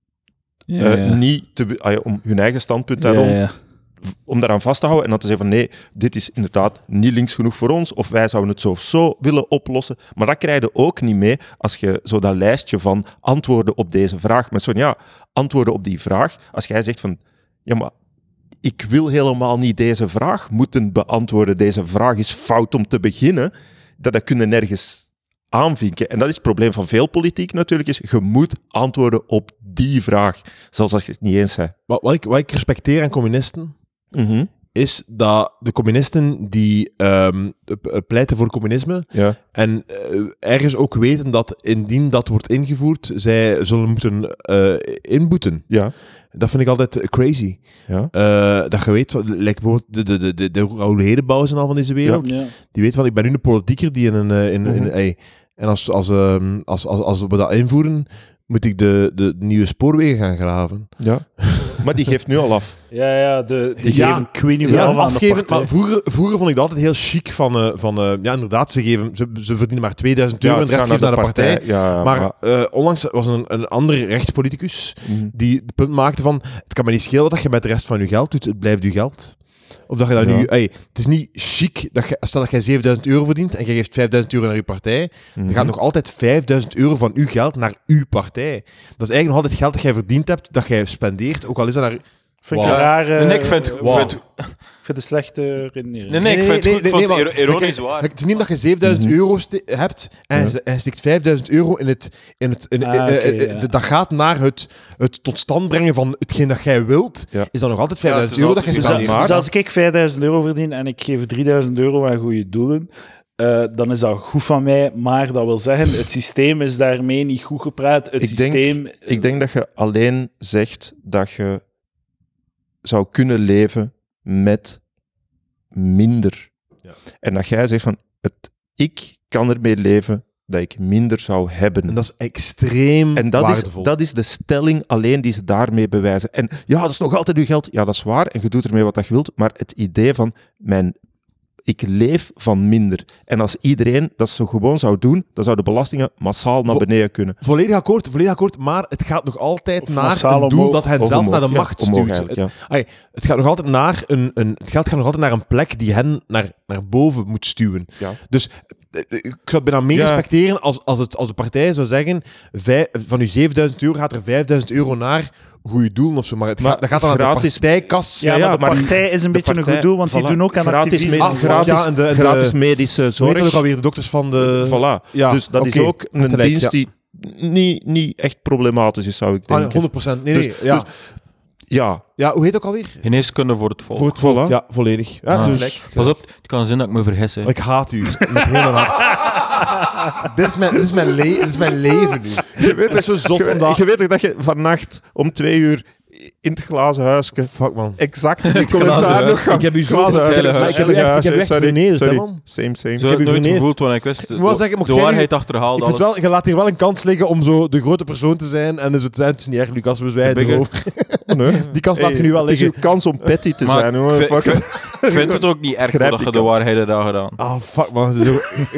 ja. eh, ja. niet te... be- ah ja, om hun eigen standpunt daar Ja, rond ja. om daaraan vast te houden en dan te zeggen van nee, dit is inderdaad niet links genoeg voor ons, of wij zouden het zo of zo willen oplossen. Maar dat krijg je ook niet mee als je zo dat lijstje van antwoorden op deze vraag, met zo'n ja, antwoorden op die vraag, als jij zegt van ja, maar ik wil helemaal niet deze vraag moeten beantwoorden, deze vraag is fout om te beginnen, dat dat kunnen nergens aanvinken. En dat is het probleem van veel politiek natuurlijk, is je moet antwoorden op die vraag, zelfs als je het niet eens bent. Wat, wat, ik, wat ik respecteer aan communisten, Mhm. is dat de communisten die ehm, p- pleiten voor communisme Ja. en eh, ergens ook weten dat indien dat wordt ingevoerd, zij zullen moeten eh, inboeten. Ja. Dat vind ik altijd crazy. Ja. Eh, dat je weet, van- like bijvoorbeeld de, de, de, de, de Raoul Hedebouwers en al van deze wereld, Ja. die weet van, ik ben nu een politieker die in een... eh, in, in, Mhm. ey, en als, als, ehm, als, als, als we dat invoeren, moet ik de, de nieuwe spoorwegen gaan graven. Ja. Maar die geeft nu al af. Ja, ja, de, die Ja. geven ik weet niet Ja, wel van afgeven, de partij. maar vroeger, vroeger vond ik dat altijd heel chic van, eh, van eh, ja, inderdaad, ze, geven, ze, ze verdienen maar tweeduizend euro en de rest geeft naar de partij. Ja, Maar eh, onlangs was er een, een andere rechtspoliticus Mhm. die het punt maakte van, het kan me niet schelen wat je met de rest van je geld doet, het blijft je geld. Of dat je dat Ja. nu... Ey, het is niet chic, dat je, stel dat jij zevenduizend euro verdient en je geeft vijfduizend euro naar je partij, Mhm. dan gaat nog altijd vijfduizend euro van uw geld naar uw partij. Dat is eigenlijk nog altijd geld dat jij verdiend hebt, dat jij spendeert, ook al is dat naar... Vind ik Wow. een rare... Nee, ik vind, eh, vind- ik vind het een slechte redenering. nee, nee, ik vind, nee, het nee, goed, nee, vond maar- het ironisch Kijk, waar. Het is niet dat je zevenduizend Mhm. euro ste- hebt en, Ja. je- en je stikt vijfduizend euro in het... In het in, Ah, eh, oké, eh, ja. eh, Dat gaat naar het, het tot stand brengen van hetgeen dat jij wilt. Ja. Is dan nog altijd Ja, het vijfduizend is euro dat je Dus, altijd- spendeert. als- maar- dus als ik vijfduizend euro verdien en ik geef drieduizend euro aan goede doelen, eh, dan is dat goed van mij. Maar dat wil zeggen, het systeem is daarmee niet goed gepraat. Het Ik denk- systeem... Ik denk dat je alleen zegt dat je zou kunnen leven met minder. Ja. En dat jij zegt van, het, ik kan ermee leven dat ik minder zou hebben. En dat is extreem En dat is, waardevol. dat is de stelling alleen die ze daarmee bewijzen. En ja, dat is nog altijd uw geld. Ja, dat is waar. En je doet ermee wat je wilt. Maar het idee van, mijn, ik leef van minder. En als iedereen dat zo gewoon zou doen, dan zouden de belastingen massaal naar Vo- beneden kunnen. Volledig akkoord, volledig akkoord, maar het gaat nog altijd Of naar massaal een doel omhoog. dat hen Of zelf omhoog, naar de ja, macht omhoog stuurt. eigenlijk, ja. Ai, het gaat nog altijd naar een, een, het geld gaat nog altijd naar een plek die hen naar, naar boven moet stuwen. Ja. Dus eh, ik zou het bijna meer Ja. respecteren als, als, het, als de partij zou zeggen, vij, van uw zevenduizend euro gaat er vijfduizend euro naar goede doelen of zo. Maar het Maar gaat, dat gaat dan naar de gratis- partijkas. Ja, Ja, maar de maar die- partij is een beetje partij- een goed doel, want die voilà, doen ook aan gratis activisme. me- Ah, gratis, ja, en de- en de- gratis medische Zo zorg. heet dat ook alweer de dokters van de... Voilà. Ja, Dus dat oké. is ook een Gelijk, dienst ja. die niet, niet echt problematisch is, zou ik Ah, denken. nee, honderd procent. Nee, nee. Dus- ja. dus Ja. Ja, hoe heet het ook alweer? Geneeskunde voor het volk. Voor het volk, Voilà. ja, volledig. Ja, Ah, dus, Pas op, het kan zijn dat ik me vergis. Hè. ik haat u. Met heel mijn hart. dit, is mijn, dit, is mijn le- dit is mijn leven nu. Je weet Het is zo zot Je, omdat... je weet toch dat je vannacht om twee uur in het glazen huisje Fuck, man. exact die commentaar nog gaat. Ik heb u zo Glazen huisje, vertellen. sorry, Ik heb u echt, ik heb u echt sorry, vernederd, hè, sorry. man. Same, same. Zo heb heb ik je nooit verneerd. gevoeld, want ik wist de, Ik wou zeggen, mocht de jij waarheid nu- achterhaald. Ik vind alles. wel, je laat hier wel een kans liggen om zo de grote persoon te zijn. En dus het zijn het is niet erg, Lucas, we zwijgen bigger. erover. Oh, nee. Die kans laat je Hey, nu wel het is liggen. uw kans om petty te Maar zijn, hoor. ik Fuck vind- it. Ik vind het ook niet erg Grijp dat die je de kans. waarheid hebt gedaan. Ah, fuck, man. Zo-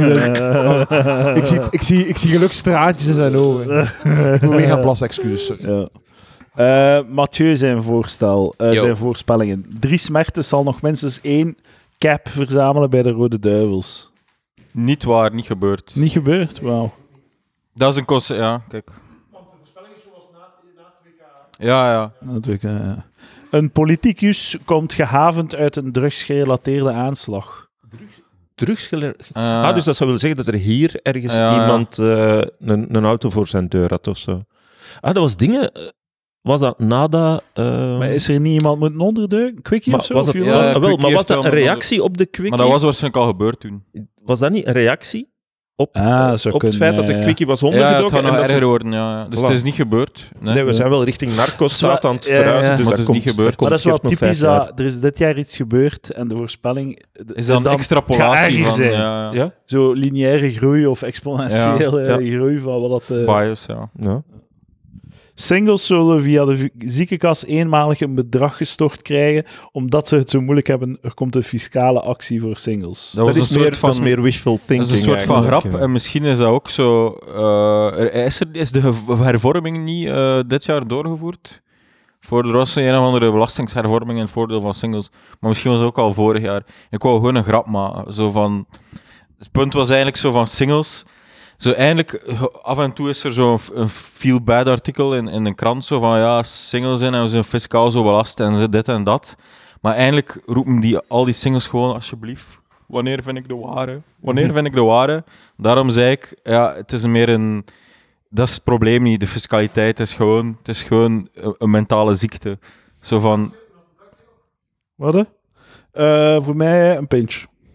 ik, zie, ik, zie, ik zie gelukstraantjes in zijn ogen. Ik moet weer gaan plassen, excuses. sorry. Ja. Eh, Mathieu zijn voorstel, eh, Yo. zijn voorspellingen. Dries Mertens zal nog minstens één cap verzamelen bij de Rode Duivels. Niet waar, niet gebeurd. Niet gebeurd? Wauw. Dat is een kost. Ja, kijk. Want de voorspellingsshow was na het W K. Ja, ja. Natuurlijk, eh, ja. Een politicus komt gehavend uit een drugsgerelateerde aanslag. Drugsgele... Uh, Ah, dus dat zou willen zeggen dat er hier ergens Ja, ja. iemand eh, een, een auto voor zijn deur had of zo. Ah, dat was dingen... eh, Was dat nada... eh, Maar is er niet iemand moeten onderduiken? Quickie maar of zo? was Of dat, je- Ja, ah, wel, Quickie maar was heeft dat wel een een- reactie op de quickie? maar dat was waarschijnlijk al gebeurd toen. Was dat niet een reactie op, Ah, eh, dat zou op het kunnen, feit dat ja, de ja. quickie was Ja, het ondergedoken? gaat nog en dat ze- erger worden. Ja, ja. Dus Voilà. het is niet gebeurd. Nee. Nee, we zijn wel richting narco-straat aan het Ja, ja, verhuizen, ja. dus Maar dat het is komt, niet gebeurd. komt Maar dat is wel geeft nog typisch vijf jaar. dat er is dit jaar iets gebeurd en de voorspelling Is dat een dan extrapolatie het gaat van erger zijn. ja, ja. Ja? Zo lineaire groei of exponentiële Ja, ja. groei van wat dat... eh, bias, ja. Ja. Singles zullen via de v- ziekenkas eenmalig een bedrag gestort krijgen, omdat ze het zo moeilijk hebben. Er komt een fiscale actie voor singles. Dat was Dat, een is meer, soort van dat is meer wishful thinking. Dat is een soort van eigenlijk, grap. ja. En misschien is dat ook zo. eh, er, is, er, is de gev- hervorming niet eh, dit jaar doorgevoerd? Voor er was een of andere belastingshervorming in het voordeel van singles. Maar misschien was het ook al vorig jaar. Ik wou gewoon een grap maken. Zo van, het punt was eigenlijk zo van singles. Zo eindelijk, af en toe is er zo'n een feel-bad artikel in, in een krant. Zo van ja, singles zijn en we zijn fiscaal zo belast en zo dit en dat. Maar eindelijk roepen die, al die singles gewoon alsjeblieft. Wanneer vind ik de ware? Wanneer vind ik de ware? Daarom zei ik, ja, het is meer een... Dat is het probleem niet, de fiscaliteit is gewoon, het is gewoon een, een mentale ziekte. Zo van, Wat? hè? Eh, voor mij een pinch.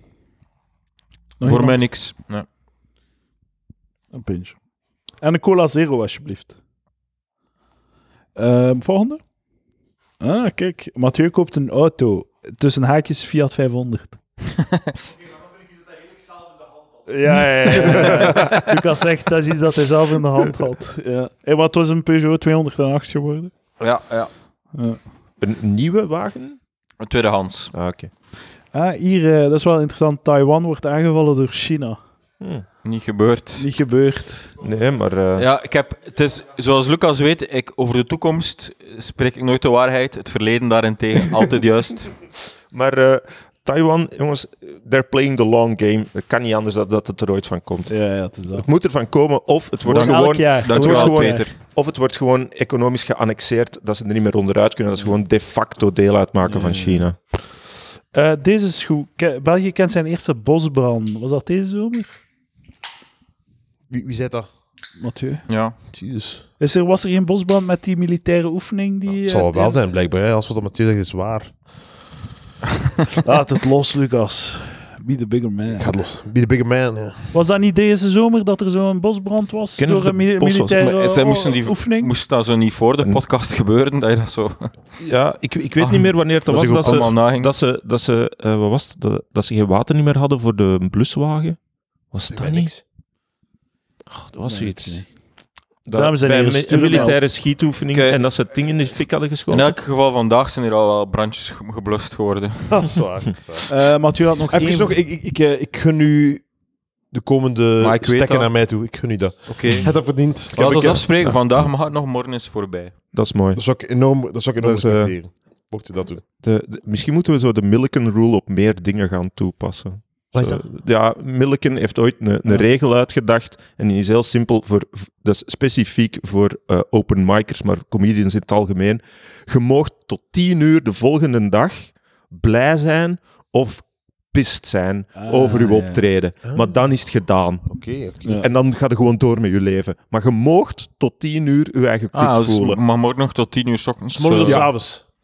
Nog voor iemand? mij niks. Nee. Een pinch. En een cola zero, alsjeblieft. Ehm, volgende. Ah, kijk. Mathieu koopt een auto. Tussen haakjes Fiat vijfhonderd. Ja, ja, ja. ja. Lucas zegt, dat is iets dat hij zelf in de hand had. Ja. Hey, maar het was een Peugeot tweehonderdacht geworden. Ja, ja. Ja. Een nieuwe wagen? Een tweedehands. Ah, oké. Ah, hier, eh, dat is wel interessant. Taiwan wordt aangevallen door China. Hm. Niet gebeurd. Niet gebeurd. Nee, maar... eh, Ja, ik heb, het is, zoals Lucas weet, ik, over de toekomst spreek ik nooit de waarheid. Het verleden daarentegen altijd juist. Maar eh, Taiwan, jongens, they're playing the long game. Het kan niet anders dat, dat het er ooit van komt. Ja, ja, het is dat. Het moet ervan komen, of het wordt Gewoon gewoon... elk jaar. Het wordt Dankjewel, gewoon, Peter. of het wordt gewoon economisch geannexeerd, dat ze er niet meer onderuit kunnen. Dat ze gewoon de facto deel uitmaken van China. Eh, deze is goed. Ke- België kent zijn eerste bosbrand. Was dat deze zomer? Wie, wie zei dat? Mathieu. Ja. Jezus. Is er, was er geen bosbrand met die militaire oefening? Die, Het zal wel eh, wel zijn, blijkbaar. Hè. Als wat Mathieu zegt, is waar. Laat het los, Lucas. Be the bigger man. Gaat los. Be the bigger man, ja. Was dat niet deze zomer dat er zo'n bosbrand was Ken je door de een mi- bos- militaire Maar zij o- moesten die, oefening? moest dat zo niet voor de podcast gebeuren, dat je dat zo Ja, ik, ik weet Ah, niet meer wanneer het dat was zich ook dat ze, allemaal naging. dat ze, dat ze, eh, wat was het? Dat, dat ze geen water niet meer hadden voor de bluswagen. Was het dat niet? Oh, dat was Nee, zoiets. weet ik niet. Dat, Dames en bij heren, een, stuur een het militaire schietoefening Kijk. en dat ze het ding in de fik hadden In geschoten. elk geval vandaag zijn er al wel brandjes ge- geblust geworden. Dat is waar. Dat is waar. Eh, Mathieu had nog Even één... nog, ik, ik, ik, eh, ik gun u de komende Maar ik weet stekken dat. naar mij toe. Ik gun u dat. Oké. Het dat verdient. Ik Laat heb- ons ik- afspreken, vandaag mag het nog, morgen is het voorbij. Dat is mooi. Dat zou ik enorm, dat zou ik enorm Dat is, eh, respecteren. Mocht u dat doen. De, de- misschien moeten we zo de Milliken Rule op meer dingen gaan toepassen. Wat is Zo, dat? Ja, Milliken heeft ooit een, een Ja. regel uitgedacht en die is heel simpel, voor, dat is specifiek voor uh, open micers, maar comedians in het algemeen. Je moogt tot tien uur de volgende dag blij zijn of pist zijn Ah, over uw ja. optreden. Ah. Maar dan is het gedaan. Oké, oké. Ja. En dan ga je gewoon door met je leven. Maar je moogt tot tien uur je eigen kut Ah, dus voelen. mag morgen nog tot tien uur 's ochtends. Morgen eh, of Ja. s'avonds.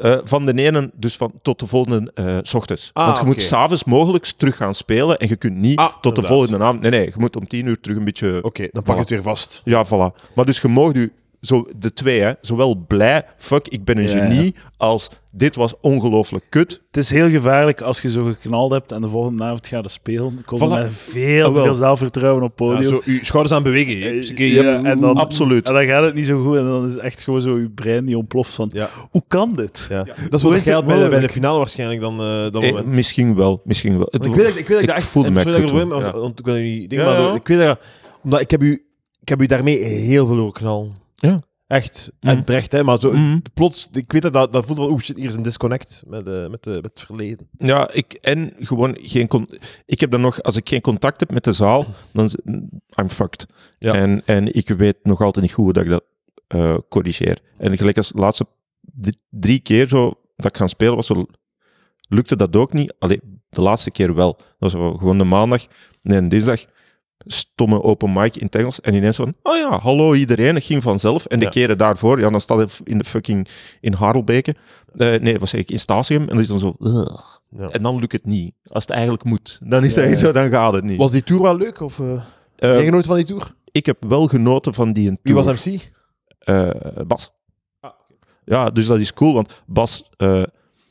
Uh, van de ene dus van, tot de volgende uh, 's ochtends. Ah, Want je okay. moet s'avonds mogelijk terug gaan spelen en je kunt niet ah, tot de inderdaad. volgende avond... Nee, nee, je moet om tien uur terug een beetje... Oké, okay, dan pak je voilà. het weer vast. Ja, voilà. Maar dus je mag je... Zo, de twee, hè. Zowel blij, fuck, ik ben een Ja, genie, ja. als dit was ongelooflijk kut. Het is heel gevaarlijk als je zo geknald hebt en de volgende avond gaat spelen. Kom Voilà. met veel Ah, te veel zelfvertrouwen op het podium. Ja, zo je schouders aan bewegen. Je, Ja, ja, en dan, absoluut. En dan gaat het niet zo goed en dan is het echt gewoon zo je brein die ontploft van, ja. hoe kan dit? Ja. Dat is Hoe wat is geldt dit bij, de- bij de mogelijk? finale waarschijnlijk dan uh, dat Eh, moment. misschien wel, misschien wel. Want ik weet dat ik, weet dat ik, ik dat echt... voelde en mij sorry dat ik kut er ben, toen, want- want ik wil niet dingen, Ja, maar ja. ik weet dat... Omdat ik heb u, ik heb u daarmee heel veel horen knallen. Ja. Echt. Mm. En terecht, hè. Maar zo, Mm. plots, ik weet dat, dat, dat voelt van, oeh shit, hier is een disconnect met, uh, met, uh, met het verleden. Ja, ik, en gewoon geen... Con- ik heb dan nog... Als ik geen contact heb met de zaal, dan is I'm fucked. Ja. En, en ik weet nog altijd niet goed hoe dat ik dat uh, corrigeer. En gelijk als de laatste d- drie keer zo dat ik gaan spelen was, zo, lukte dat ook niet. Allee, de laatste keer wel. Dat was wel gewoon de maandag. Nee, een dinsdag. Stomme open mic in het Engels. En ineens van, oh ja, hallo iedereen. Het ging vanzelf. En de Ja. keren daarvoor, ja, dan staat het in de fucking... In Harelbeke. Uh, nee, wat zeg ik? In Statium. En dan is dan zo... Ugh. Ja. En dan lukt het niet. Als het eigenlijk moet. Dan is Ja, het ja. zo, dan gaat het niet. Was die tour wel leuk? Of, uh, Uh, heb jij genoten van die tour? ik heb wel genoten van die een Wie tour. was M C? Uh, Bas. Ah, Ja, dus dat is cool, want Bas, uh,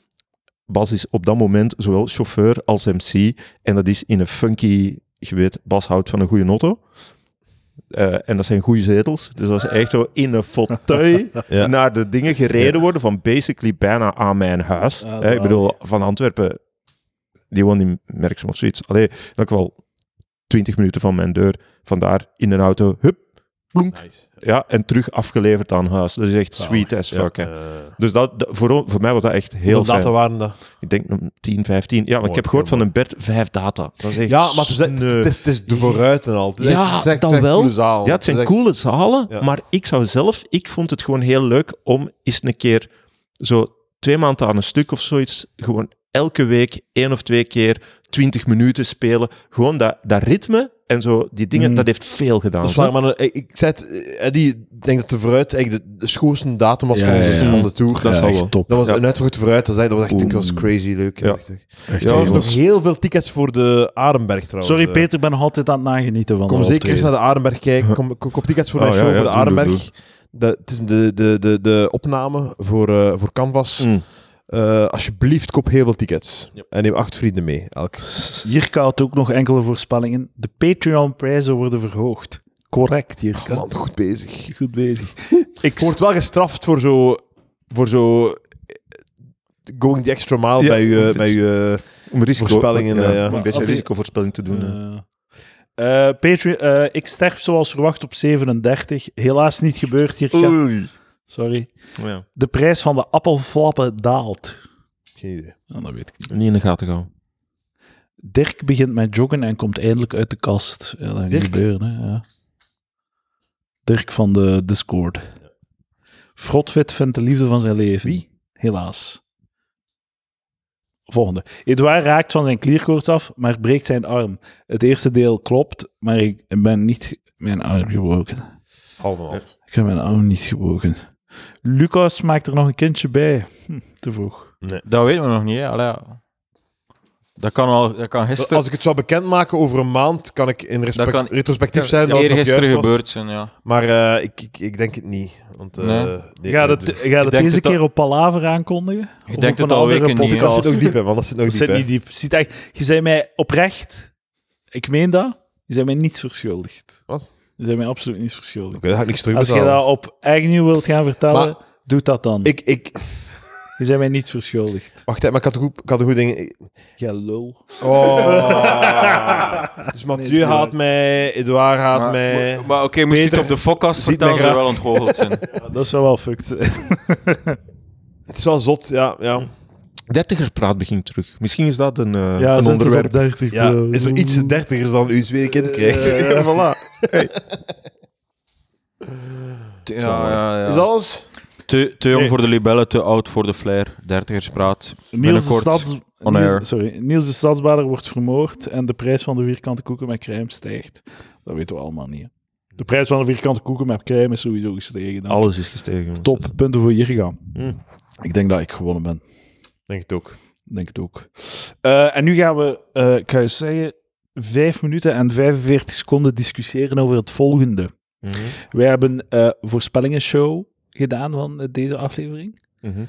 Bas is op dat moment zowel chauffeur als M C. En dat is in een funky... Je weet, Bas houdt van een goede auto. Uh, en dat zijn goede zetels. Dus dat is echt zo in een fauteuil Ja. naar de dingen gereden worden van basically bijna aan mijn huis. Ja, Hè, ik bedoel, van Antwerpen, die woont in Merksem of zoiets. Allee, dan heb ik wel twintig minuten van mijn deur. Vandaar in een auto, hup, plonk. Nice. Ja, en terug afgeleverd aan huis. Dat is echt Zalig. sweet as fuck. Ja, Hè. uh, Dus dat, dat- voor, voor mij was dat echt heel hoeveel fijn. data waren dat? Ik denk een tien, vijftien. Ja, maar Mooi, ik heb gehoord heel van een Bert vijf data. Dat is echt Ja, maar het is, het, sneu. is, het is de vooruit en al. Het is Ja, echt- het is echt- dan het is echt wel. een coole zaal. Ja, het zijn is echt- coole zalen, Ja. maar ik zou zelf, ik vond het gewoon heel leuk om eens een keer zo twee maanden aan een stuk of zoiets, gewoon elke week één of twee keer twintig minuten spelen. Gewoon dat, dat ritme en zo, die dingen, Mm. dat heeft veel gedaan. Dat is waar, maar uh, ik, ik zei het, uh, Eddie, ik denk dat de vooruit eigenlijk de, de schoonste datum was Ja, van, onze, ja, ja. van de tour. Dat Ja, zal echt wel. top. Dat was Ja. een uitverkocht vooruit. Dat, zei, dat was echt, ik Oeh. was crazy leuk. Ja. Echt, echt. Echt Ja, Er heel was nog goed. heel veel tickets voor de Arenberg trouwens. Sorry Uh, Peter, ik ben nog altijd aan het nagenieten van Kom de zeker eens naar optreden. de Arenberg kijken. Kom, kom, koop tickets voor Oh, mijn ja, show ja, voor de doe, doe, Arenberg. De, het is de, de, de, de opname voor, uh, voor Canvas. Mm. Uh, alsjeblieft, koop heel veel tickets. Yep. En neem acht vrienden mee. Elk. Jirka had ook nog enkele voorspellingen. De Patreon-prijzen worden verhoogd. Correct, Jirka. Man, goed bezig. Goed bezig. Ik Je wordt wel gestraft voor zo... Voor zo eh, going the extra mile Ja, bij je... het- bij je Om risico, Voorspellingen, ja, eh, ja. om een beetje Maar- risicovoorspelling te doen. hè. Eh, eh, Patreon, eh, ik sterf zoals verwacht op zevenendertig. Helaas niet gebeurd, Jirka. Oei. Sorry. Ja. De prijs van de appelflappen daalt. Geen idee. Ja, dat weet ik niet. Niet in de gaten gaan. Dirk begint met joggen en komt eindelijk uit de kast. Ja, dat gaat niet Dirk? gebeuren, hè. Ja. Dirk van de Discord. Frotfit vindt de liefde van zijn leven. Wie? Helaas. Volgende. Edouard raakt van zijn klierkoorts af, maar breekt zijn arm. Het eerste deel klopt, maar ik ben niet ge- mijn arm gebroken. Half en half. Ik heb mijn arm niet gebroken. Lucas maakt er nog een kindje bij. Hm, te vroeg. Dat weten we nog niet, hè. Allee, ja. Dat kan al, dat kan gisteren, Als ik het zou bekendmaken over een maand, kan ik in respect- kan- retrospectief zijn dat het nog eergisteren juist was. gebeurd zijn, ja. Maar uh, ik, ik, ik denk het niet. Want, uh, Nee. nee, Ga nee, het, dus- ga het denk deze het al- keer op Palaver aankondigen? Je Of denkt op het een al andere weken niet, hè. podcast? Dat zit nog diep, hè, want dat zit nog Dat diep. zit hè. niet diep. Ziet echt, je zei mij oprecht, ik meen dat, je zei mij niets verschuldigd. Wat? Je zei mij absoluut niets verschuldigd. Oké, dat ga ik niks terug Als je betalen. dat op eigen nieuw wilt gaan vertellen, Maar- doe dat dan. Ik, ik... Je zei mij niets verschuldigd. Wacht, hè, maar ik had een goed, ik had een goed ding... ik- Ja, lul. Oh. Dus Mathieu Nee, haat mij, Edouard haat Maar, mij... maar, maar oké, moest je het Peter op de podcast ziet vertellen, mij zou je graag. wel ontgoocheld zijn. Ja, dat zou wel fucked zijn. Het is wel zot, ja. ja. Dertigerspraat begint terug. Misschien is dat een, uh, Ja, een zet onderwerp. het op dertig. ja bro. is er iets dertigers dan u twee kind krijgen? Eh, voilà. Ja, ja, ja. Is alles? Te, te jong Nee. voor de libellen, te oud voor de flair. Dertigerspraat. Niels de, Binnenkort stads... on Niels, air. sorry. Niels de Stadsbader wordt vermoord en de prijs van de vierkante koeken met crème stijgt. Dat weten we allemaal niet. Hè. De prijs van de vierkante koeken met crème is sowieso gestegen. Dan. Alles is gestegen. Top, punten voor Jirga. Mm. Ik denk dat ik gewonnen ben. Denk het ook. Ik denk het ook. Uh, en nu gaan we, uh, ik ga je zeggen, vijf minuten en vijfenveertig seconden discussiëren over het volgende. Mm-hmm. Wij hebben een uh, voorspellingenshow gedaan van uh, deze aflevering. Mm-hmm.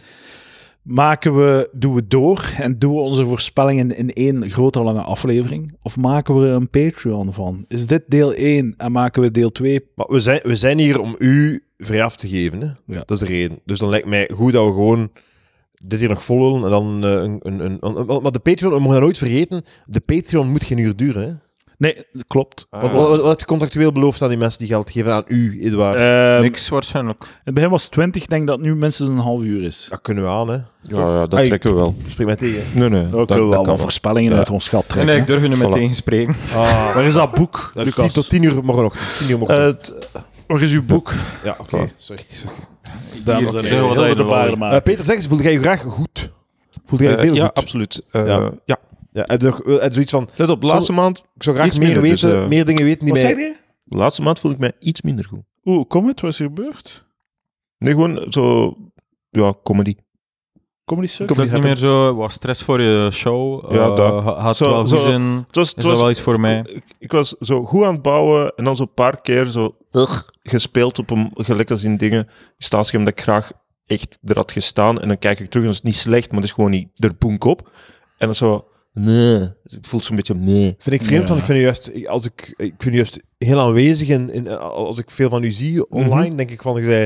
Maken we, doen we door en doen we onze voorspellingen in één grote lange aflevering? Of maken we er een Patreon van? Is dit deel één en maken we deel twee? Maar we zijn, we zijn hier om u vrij af te geven. Hè? Ja. Dat is de reden. Dus dan lijkt mij goed dat we gewoon dit hier nog volhouden en dan uh, een, een, een, een... Maar de Patreon, we mogen dat nooit vergeten, de Patreon moet geen uur duren, hè? Nee, dat klopt. Ah, wat, wat, wat heb je contractueel beloofd aan die mensen die geld geven aan u, Edouard? Uh, Niks waarschijnlijk. In het begin was het twintig, ik denk dat het nu minstens een half uur is. Dat kunnen we aan, hè? Ja, ja dat Ay, trekken we wel. Spreek mij tegen. Nee, nee. Dat kunnen we wel wat voorspellingen Ja. uit ons gat Nee, trekken. nee, ik durf je niet Voilà. meteen spreken. Ah, Waar is dat boek, dat is Lucas? tien tot tien uur morgen nog. tien uur morgen. Uh, het, Waar is uw boek? ja, oké. Okay. Sorry. sorry. Dames en Hier, heren, zeg wat heel je de wil. paarden Uh, maar. Peter, zeg eens, voelde jij je graag goed? Voelde jij uh, veel ja, goed? absoluut. Uh, Ja. ja. ja. Ja, heb je, heb je zoiets van... Let op, laatste maand, Ik zou graag Iets meer minder, weten, dus, uh, meer dingen weten die Wat mij... zeg je? laatste maand voel ik mij iets minder goed. Oeh, kom het, wat is er gebeurd? Nee, gewoon zo... Ja, comedy. Comedy sucks? Ik heb niet meer zo wat stress voor je show. Ja, Uh, dat. ha- Had Zo- het wel zo- goed zijn. Het was, Is het dat was, wel iets voor mij? Ik, ik was zo goed aan het bouwen en dan zo een paar keer zo ugh, gespeeld op een gelijk als in dingen. Staatscherm dat ik graag echt er had gestaan en dan kijk ik terug en dat is niet slecht, maar dat is gewoon niet er boenk op. En dan zo, nee. Het voelt zo'n beetje nee. Vind ik vreemd, Ja. want ik vind u juist, ik- als ik, ik vind u juist heel aanwezig in, in, als ik veel van u zie online, Mhm. denk ik van, jij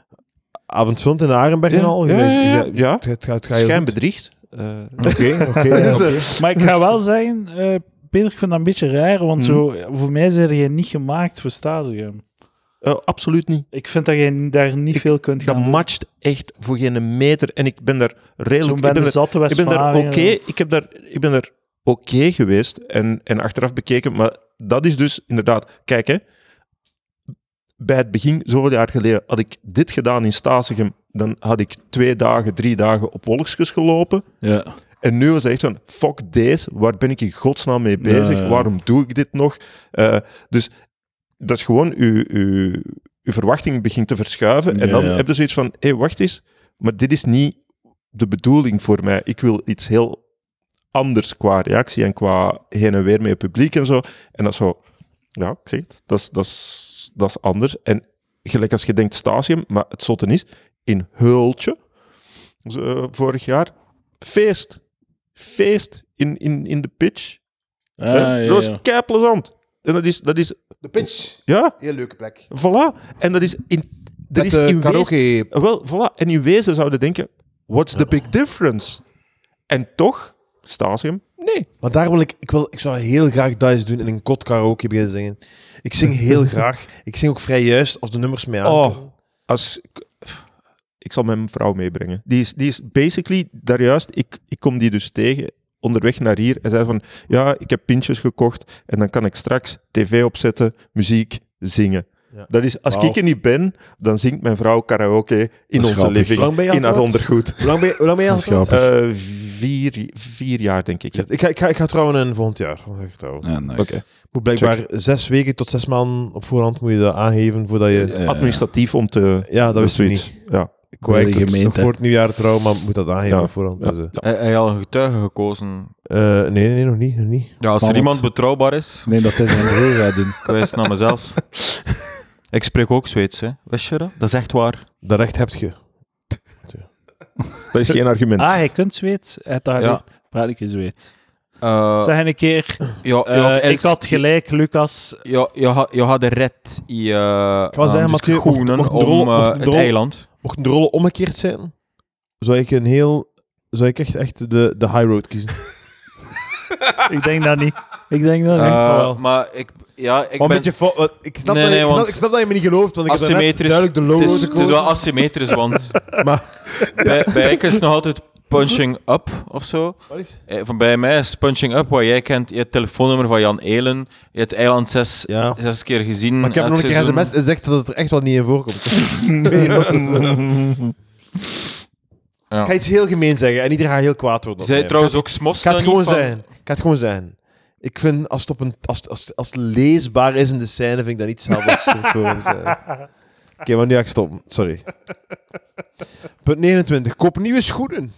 avondfilm in Arenberg en Ja, al. ja, Jij- ja, jij- ja. Het gaat, het gaat heel Schijn goed. bedriegt. Uh, Oké, oké. ja, Dus, oké. uh, Maar ik ga wel zeggen, uh, Peter, ik vind dat een beetje raar, want Hmm. zo, voor mij zijn je niet gemaakt voor Stasium. uh, absoluut niet. Ik vind dat je daar niet Ik- veel kunt gaan Dat doen. matcht echt voor geen meter en ik ben daar redelijk... Zo'n ik ben ben er- zatte Ik ben daar Westfalen. oké, ik heb daar, ik ben daar oké geweest en, en achteraf bekeken, maar dat is dus inderdaad, kijk hè, bij het begin, zoveel jaar geleden, had ik dit gedaan in Stasium, dan had ik twee dagen, drie dagen op wolkjes gelopen. Ja. En nu is het echt van, fuck deze, waar ben ik in godsnaam mee bezig? Ja, ja. Waarom doe ik dit nog? Uh, dus dat is gewoon, uw, uw, uw verwachting begint te verschuiven en Ja, dan ja. heb je zoiets van, hé, hey, wacht eens, maar dit is niet de bedoeling voor mij. Ik wil iets heel anders qua reactie en qua heen en weer met het publiek en zo. En dat is zo, ja, ik zeg het, dat is, dat is, dat is anders. En gelijk als je denkt Stasium, maar het zotte is, in Heultje, zo, vorig jaar, feest. Feest in, in, in de pitch. Ah, Hè? ja, Dat was ja. kei plezant. En dat is, dat is, De pitch. ja, Heel leuke plek. voilà. En dat is in, er Met is de in wezen, karaoke. wel, voilà. En in wezen zouden denken, what's the big difference? En toch, Stasium, nee. Maar daar wil ik, ik, wil, ik zou heel graag dat eens doen in een kot karaoke beginnen zingen. Ik zing heel graag. Ik zing ook vrij juist als de nummers mee aankomen. Oh, als, ik, ik zal mijn vrouw meebrengen. Die is, die is basically, daar juist, ik, ik kom die dus tegen onderweg naar hier en zei van, ja, ik heb pintjes gekocht en dan kan ik straks tv opzetten, muziek, zingen. Ja. Dat is, als Wauw. ik er niet ben, dan zingt mijn vrouw karaoke in is onze grappig. living, Hoe lang ben je in haar getrouwd? ondergoed. Hoe lang ben je, hoe lang ben je al Dat is getrouwd? grappig. Eh, vier, vier jaar, denk ik. Ik ga, ik, ga, ik ga trouwen in volgend jaar. Dan ga ik trouwen. Ja, nice. Oké. Moet blijkbaar zes weken tot zes maanden op voorhand moet je dat aangeven voordat je... Ja, ja. Administratief om te... Ja, dat wist ik zoiets. niet. Ja. Ik wou Bij de eigenlijk nog gemeente. voor het nieuwjaar trouwen, maar moet dat aangeven Ja. op voorhand. Ja. Dus, eh. Hij, hij had een getuige gekozen. Eh, nee, nee, nee, nog niet. Nog niet. Ja, als er Spannend. iemand betrouwbaar is, Nee, dat is een broer gaat doen. ik wijs naar mezelf. Ik spreek ook Zweeds, hè. Wist je dat? Dat is echt waar. Dat recht heb je. Dat is geen argument. Ah, hij kunt Zweeds. Hij daar Ja. ja. praat ik in Zweeds. Uh, Zeg een keer, ja, eh, ja, ik had gelijk, Lucas. Ja, je, had- je had de red in uh, wou zeggen, Mathieu, schoenen mocht- mocht de om rol- uh, mocht de het rol- eiland. Mochten de rollen omgekeerd zijn, zou ik een heel... Zou ik echt, echt de, de high road kiezen. Ik denk dat niet. Ik denk dat Uh, niet. van wel. Maar ik, ja, ik Maar een ben... beetje fo- wat- ik, snap Nee, dat je, nee, ik, snap, want- ik snap dat je me niet gelooft, want ik heb daarnet Asymmetrisch. duidelijk de low Het road is, gekozen. het is wel asymmetrisch, want Maar, bij, bij ik is het nog altijd punching up of zo. wat is? Eh, Van bij mij is punching up, wat jij kent, je hebt het telefoonnummer van Jan Elen, je hebt Eiland zes, Ja. zes keer gezien. Maar ik heb elk nog een keer seizoen. sms'd en zegt dat het er echt wel niet in voorkomt. Nee, nog- Ja. Ik ga iets heel gemeen zeggen en iedereen gaat heel kwaad worden. op Zij mij. trouwens ook smos. Ik ga het gewoon zeggen. Ik ga het gewoon zeggen. Ik vind, als het, op een, als, als, als het leesbaar is in de scène, vind ik dat niet zelf als voor te zijn. okay, maar nu ga ik stoppen. Sorry. Punt negenentwintig. Koop nieuwe schoenen.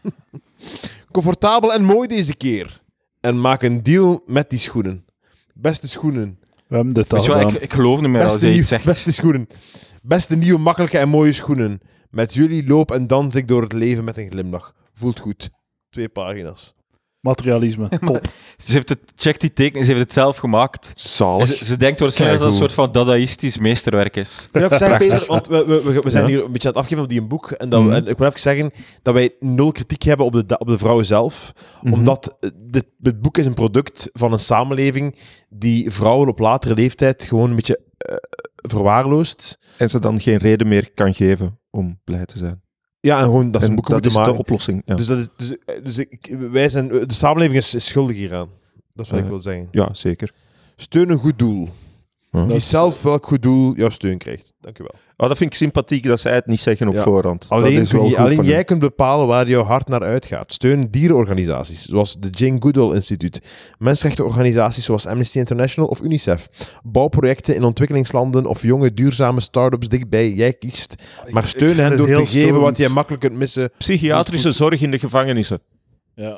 Comfortabel en mooi deze keer. En maak een deal met die schoenen. Beste schoenen. We hebben dit al Weet je wat, gedaan. ik, ik geloof niet meer als Beste, je nieuw, iets zegt. beste schoenen. Beste nieuwe, makkelijke en mooie schoenen. Met jullie loop en dans ik door het leven met een glimlach. Voelt goed. Twee pagina's. Materialisme. Top. Ze heeft het, check die tekenen, ze heeft het zelf gemaakt. En Zalig. Ze, ze denkt waarschijnlijk dat het een soort van dadaïstisch meesterwerk is. Ik wil ook zeggen, Peter, want we, we, we, we zijn hier een beetje aan het afgeven op die een boek. En, dat we- Mhm. en ik wil even zeggen dat wij nul kritiek hebben op de, da- op de vrouwen zelf. Mhm. Omdat eh, dit, dit boek is een product van een samenleving die vrouwen op latere leeftijd gewoon een beetje eh, verwaarloost. En ze dan geen reden meer kan geven om blij te zijn. Ja, en gewoon dat ze En boeken dat moeten is de maken. oplossing. Ja, Dus, dat is, dus, dus ik, wij zijn, de samenleving is, is schuldig hieraan. Dat is wat Eh, ik wil zeggen. ja zeker. Steun een goed doel. Huh? Kies zelf welk goed doel jouw steun krijgt. Dank u wel. Oh, dat vind ik sympathiek dat zij het niet zeggen op Ja. voorhand. Alleen, dat is kun wel je, goed alleen van jij hen. kunt bepalen waar jouw hart naar uitgaat. Steun dierenorganisaties, zoals de Jane Goodall Instituut. Mensenrechtenorganisaties zoals Amnesty International of UNICEF. Bouwprojecten in ontwikkelingslanden of jonge duurzame start-ups dichtbij. Jij kiest. Maar steun vind hen het door te heel geven wat storend. jij makkelijk kunt missen. Psychiatrische zorg in de gevangenissen. Ja.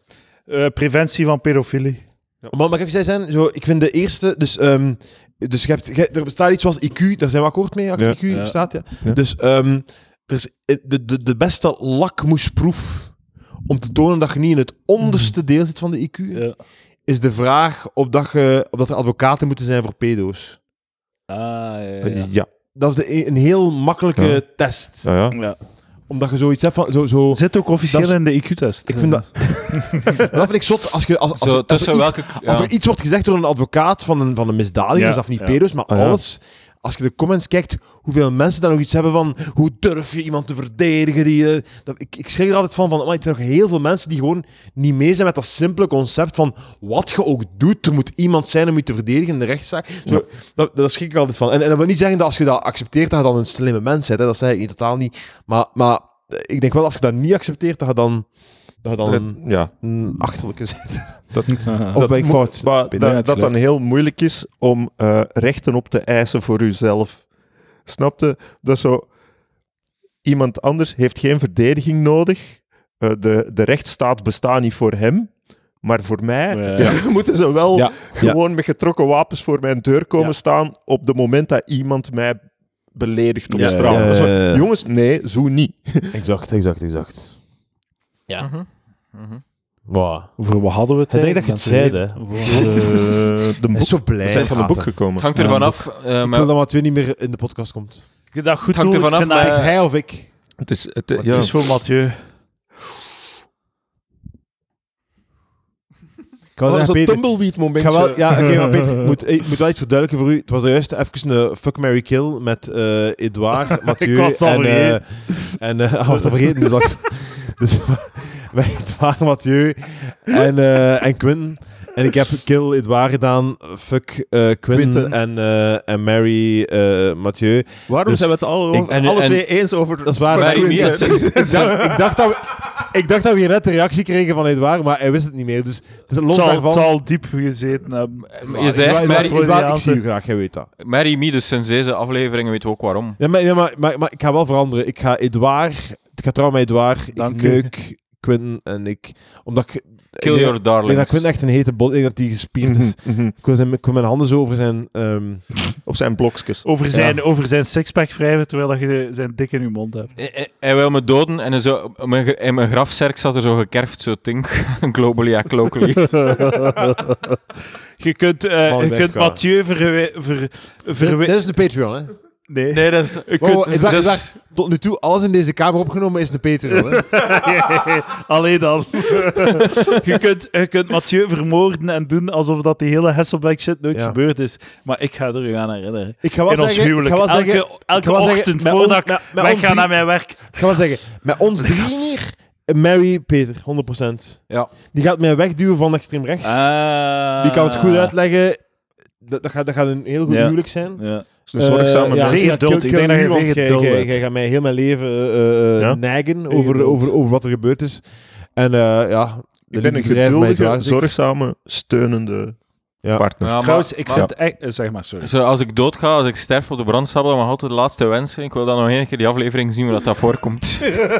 Eh, preventie van pedofilie. Maar mag ik even zeggen, zo, ik vind de eerste... Dus, ehm, dus je hebt, je- er bestaat iets zoals I Q, daar zijn we akkoord mee. Ja. I Q Ja. bestaat, ja. Ja. Dus ehm, er is de, de, de beste lakmoesproef om te tonen dat je niet in het onderste deel zit van de I Q, Ja. is de vraag of, dat je, of dat er advocaten moeten zijn voor pedo's. Ah, ja, ja. Ja, ja. ja. Dat is de, een heel makkelijke Ja. test. ja. Ja. Omdat je zoiets hebt van... Zo, zo, Zit ook officieel Dat is- in de I Q-test. ik vind dat... dat vind ik zot. Als, je, als, als, Zo, als, er tussen iets, welke... als ja. er iets wordt gezegd door een advocaat van een, van een misdadiger, Ja, is dat niet ja. pedo's, maar Ah, ja. alles... Als je de comments kijkt, hoeveel mensen daar nog iets hebben van hoe durf je iemand te verdedigen? Die, eh, dat, ik, ik schrik er altijd van, van amai, er zijn nog heel veel mensen die gewoon niet mee zijn met dat simpele concept van wat je ook doet, er moet iemand zijn om je te verdedigen in de rechtszaak. Zo, dat, dat schrik ik altijd van. En, en dat wil niet zeggen dat als je dat accepteert, dat je dan een slimme mens bent. Hè. Dat zeg ik niet, totaal niet. Maar, maar ik denk wel, als je dat niet accepteert, dat je dan, dat je dan een, ja. een achterlijke bent. Dat, Ah. Of dat ben ik moet- fout? maar Ben dat, je het dat dan slecht? heel moeilijk is om eh, rechten op te eisen voor uzelf. Snapte? Dat zo... Iemand anders heeft geen verdediging nodig. Eh, de, de rechtsstaat bestaat niet voor hem. Maar voor mij Ja. moeten ze wel Ja. gewoon met getrokken wapens voor mijn deur komen Ja. staan op het moment dat iemand mij beledigt op Ja, straat. ja, ja, Zo, ja, ja. jongens, nee, zo niet. Exact, exact, exact. Ja. Mhm. Mhm. Wow. Over wat hadden we het Ik denk dat je eigenlijk? het zei, hè. Over- Eh, de Hij boek, is zo we blij. zijn van een boek Maarten. gekomen. Het hangt Ja, ervan een af. eh, Ik maar- wil dat Mathieu niet meer in de podcast komt. Ik dat goed Het hangt doe, ervan ik af, vind dat- Is maar- hij of ik? Het is, het, Het ja. is voor Mathieu. Ik ga Oh, zeggen, zo'n Peter, tumbleweed ik momentje. ga wel, ja, oké, maar Peter, ik moet, ik moet wel iets verduidelijken voor u. Het was juist even een fuck, marry, kill met eh Edouard, Mathieu Ik was het al en... eh vergeten. en uh, oh, dat vergeten. Dus, dat- dus wij Edouard, Mathieu en, eh en Quinn. En ik heb kill Edouard gedaan, fuck eh Quinn Quinten. en, eh en marry eh Mathieu. Waarom Dus zijn we het alle, over, ik- en- alle en- twee eens over... Dat is waar, fuck maar- Quinten? Ja, ik, dacht, ik, dacht dat we, ik dacht dat we hier net de reactie kregen van Edouard, maar hij wist het niet meer. Dus Het los zal, daarvan... het zal diep gezeten hebben. Je zei Edouard, Mary, Edouard, Edouard, ik zie u graag, jij weet dat. Mary Me, dus sinds deze aflevering weten we ook waarom. Ja, maar, ja, maar, maar, maar ik ga wel veranderen. Ik ga Edouard... Ik ga trouwen met Edouard. Ik Dank u. neuk Quinn en ik... Omdat ik... Kill ik, your Ik denk dat darlings. Quinn echt een hete bol... Ik denk dat die gespierd is. Mhm, mhm. Ik wil, zijn, ik wil mijn handen zo over zijn... ehm, Op zijn blokjes. Over zijn, over zijn sixpack wrijven terwijl dat je zijn dik in je mond hebt. Hij- hij- Hij wil me doden en zo, op mijn, in mijn grafzerk zat er zo gekerfd, zo tink. Globally, ja, locally. Je kunt, eh, Man, je weg, kunt ga. Mathieu verwe- ver, verwe- Dit is een Patreon, hè. Nee. Nee, dat is... Je Wow, kunt, Edouard, dus- Edouard, tot nu toe, alles in deze kamer opgenomen is een Patreon, hè. Alleen dan. je, kunt, je kunt Mathieu vermoorden en doen alsof dat die hele Hasselbeck shit nooit Ja. gebeurd is. Maar ik ga er u aan herinneren. Ik ga wel In ons zeggen... huwelijk. Ik ga wel Elke, zeggen... elke ik ga wel zeggen, ochtend met voordat ons- ik met- met weg ons ga drie- naar mijn werk. Ik ga wel zeggen, met ons drie hier... Mary Peter, honderd procent. Ja. Die gaat mij wegduwen van extreem rechts. Ah. Die kan het goed uitleggen. Dat, dat, gaat, dat gaat een heel goed Ja. huwelijk zijn. Ja. Een zorgzame Eh, ja, mens. Veel ja, geduld. kill- Ik denk kill dat je nu, want veel jij- geduld jij- hebt. Jij gaat mij heel mijn leven eh, eh, Ja? neigen Veel over, geduld. over, over wat er gebeurd is. En eh, ja... de Ik ben een liefde bedrijven mij geduldige, dwars, ik. zorgzame, steunende Ja. partner. Ja, maar- Trouwens, ik maar- vind echt... eh, Zeg maar, sorry. Zo, als ik doodga, als ik sterf op de brandstapel, mag altijd de laatste wensen. Ik wil dan nog één keer die aflevering zien hoe dat, dat voorkomt.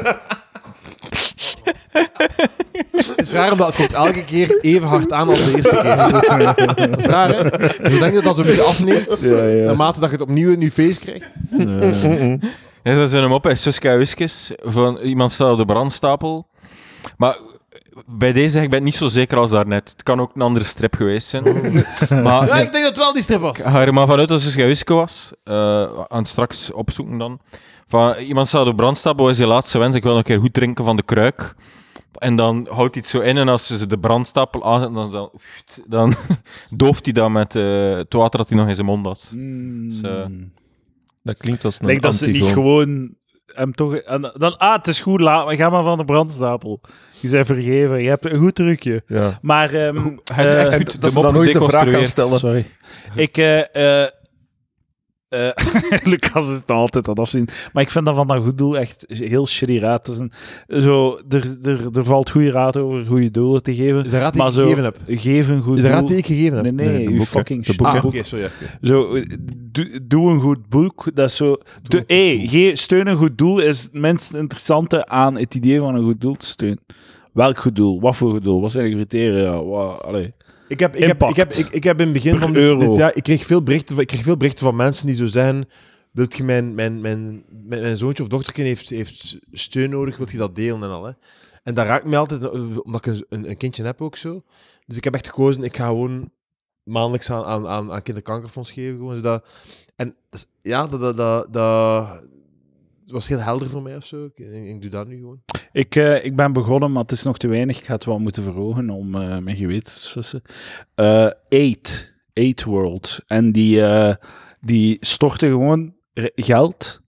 Het is raar, omdat het komt elke keer even hard aan als de eerste keer. Dat is raar, hè? Je denkt dat dat zo een beetje afneemt, Ja, ja. naarmate dat je het opnieuw in je face krijgt. Eh, Ja, dat zijn hem op bij Suske en Wiskes. Van iemand staat op de brandstapel. Maar bij deze zeg ik ben niet zo zeker als daarnet. Het kan ook een andere strip geweest zijn. Maar Ja, ik denk dat het wel die strip was. ik ga er maar vanuit dat Suske en Wiske was. Uh, aan het straks opzoeken dan. Van, iemand staat op de brandstapel, is je laatste wens. Ik wil nog een keer goed drinken van de kruik. En dan houdt hij het zo in en als ze de brandstapel aanzetten, dan, dan, dan dooft hij dat met uh, het water dat hij nog in zijn mond had. mm. Dus, uh, Dat klinkt als een Lijkt dat ze niet antigoon. gewoon hem toch... En dan, ah, het is goed, laat maar. Ga maar van de brandstapel. Je bent vergeven. Je hebt een goed trucje. Ja. Maar... ehm, Hij heeft eh, echt En goed dat de ze mop dan nooit de vraag gaan gedeconstrueerd. stellen. Sorry. Ik... eh eh eh, Lucas is het altijd aan het afzien. Maar ik vind dat van dat goed doel echt heel shitty raad te zijn. Zo, er, er, er valt goede raad over goede doelen te geven. Is de raad die Maar ik zo, gegeven heb? geef een goed Is de raad doel. die ik gegeven heb? Nee, nee, Nee, de uw boek, hè. fucking De shit. boek, hè. Ah, boek. oké, sorry. oké. Zo, eh, doe, doe een goed boek. Dat is zo. De, hey, ge- steun een goed doel is het minst interessante aan het idee van een goed doel te steunen. Welk goed doel? Wat voor goed doel? Wat zijn de criteria? Wat, allee. Ik heb, ik, heb, ik, heb, ik, ik heb in het begin Per van dit, euro. dit jaar... Ik kreeg, veel berichten van, ik kreeg veel berichten van mensen die zo zeggen... Wilt je mijn, mijn, mijn, mijn, mijn zoontje of dochtertje heeft, heeft steun nodig, wilt je dat delen en al, hè? En dat raakt mij altijd, omdat ik een, een, een kindje heb ook zo. Dus ik heb echt gekozen, ik ga gewoon maandelijks aan, aan, aan, aan kinderkankerfonds geven. Gewoon, zodat, en dat is- ja, dat, dat, dat, dat het was heel helder voor mij of zo. Ik, ik, ik doe dat nu gewoon. Ik, eh, ik ben begonnen, maar het is nog te weinig. Ik ga het wel moeten verhogen om eh, mijn geweten te sussen. Eh Eight. Eight World. En die, eh, die storten gewoon re- geld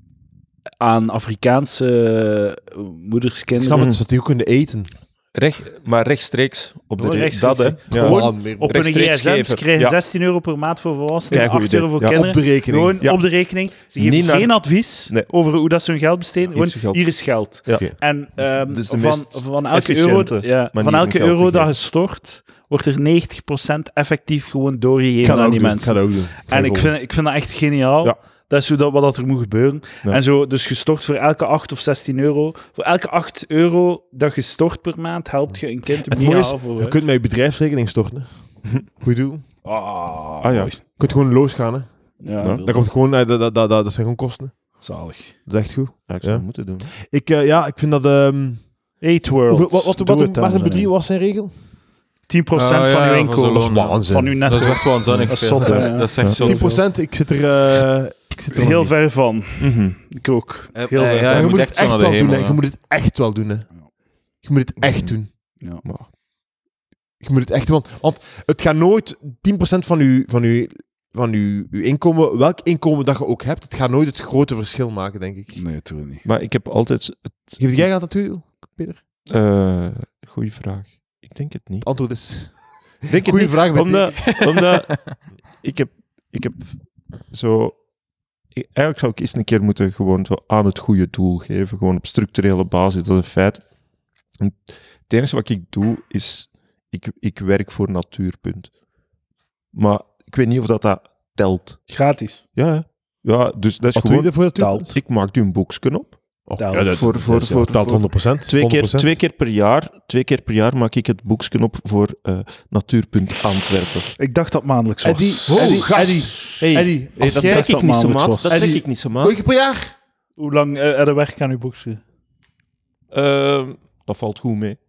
aan Afrikaanse eh, moeders, Ik kinderen. snap het, zodat die ook kunnen eten. Recht, maar rechtstreeks op de Gewoon re- rechtstreeks, dat, hè. hè. Ja. Gewoon Oh, meer- Op een rechtstreeks gsm. Ze geven. krijgen Ja. zestien euro per maand voor volwassenen, Keigoed acht euro idee. voor Ja. kinderen. op de rekening. Gewoon Ja. op de rekening. Ze geven Niet naar- geen advies Nee. over hoe dat ze hun geld besteden. Hier is Gewoon, je geld. hier is geld. Ja. Oké. En ehm, Dus de van, meest van elke euro, efficiënte ja, manier van om elke geld te euro dat geven. je stort, wordt er negentig procent effectief gewoon doorgegeven Ik ga dat aan ook die doen. Ik mensen. ga dat ook doen. Ga En ik volgen. vind, ik vind dat echt geniaal. Ja. Dat is hoe dat, wat dat er moet gebeuren. Ja. En zo, dus gestort voor elke acht of zestien euro. Voor elke acht euro dat je stort per maand, helpt je een kind Het niet mooie is, half je vooruit. kunt met je bedrijfsrekening storten. Hè. Goed doen. Ah, Ah, ja. mooi. Je kunt gewoon losgaan. Hè. Ja, Ja. dat, Dat komt gewoon, eh, dat, dat, dat, dat zijn gewoon kosten. zalig. Dat is echt goed. Ja, ik zou Ja. het moeten doen. Ik, eh, ja, ik vind dat... ehm Eight World. hoeveel- wat wat, Doe wat, het, wat, dames wat, en wat, heren. was zijn regel? tien procent Ah, van ja, uw ja, inkomen. van zo'n loon, ja. Waanzin. Van uw netto. Dat is echt waanzinnig. Dat is veel. zot, hè, ja. Dat is echt zo. tien procent, ik zit er... eh, ik zit er nog Heel niet. ver van. Mhm. Ik ook. Ja, Heel ja, ver ja, van. Maar je moet moet echt het zo echt naar de wel doen. hemel, Hè. ja. Je moet het echt wel doen. Hè. Je moet het echt doen. Ja. Maar, Je moet het echt doen. Want, want het gaat nooit tien procent van je, van uw, van uw, uw inkomen, welk inkomen dat je ook hebt, het gaat nooit het grote verschil maken, denk ik. Nee, toch niet. maar ik heb altijd... Het, Geef jij dat toe, Peter? eh goeie vraag. Ik denk het niet. Het antwoord is... Denk het Goeie niet, vraag. Met Omdat, omdat ik, heb, ik heb zo... ik- eigenlijk zou ik eens een keer moeten gewoon zo aan het goede doel geven. Gewoon op structurele basis, dat is een feit. En het enige wat ik doe, is... Ik, ik werk voor Natuurpunt. Maar ik weet niet of dat, dat telt. Gratis. Ja, hè. Ja, dus dat is Wat doe je gewoon... ervoor? Telt. Ik maak u een boekje op. Oh, Telt. ja, dat, Voor- voor- dat- voor- telt voor- honderd procent. Twee keer, honderd procent. twee keer per jaar, twee keer per jaar maak ik het boekje op voor eh, Natuurpunt Antwerpen. Ik dacht dat maandelijks was. Eddie, Oh, Eddie, gast. Eddie, Hey, Eddie, hey, als dat jij... trek ik dat niet zo, maandelijks maat. was. Dat Eddie, trek ik niet zo, Hoe maat. keer per jaar? Hoe lang uh, er werk aan uw boekje? Ehm, dat valt goed mee.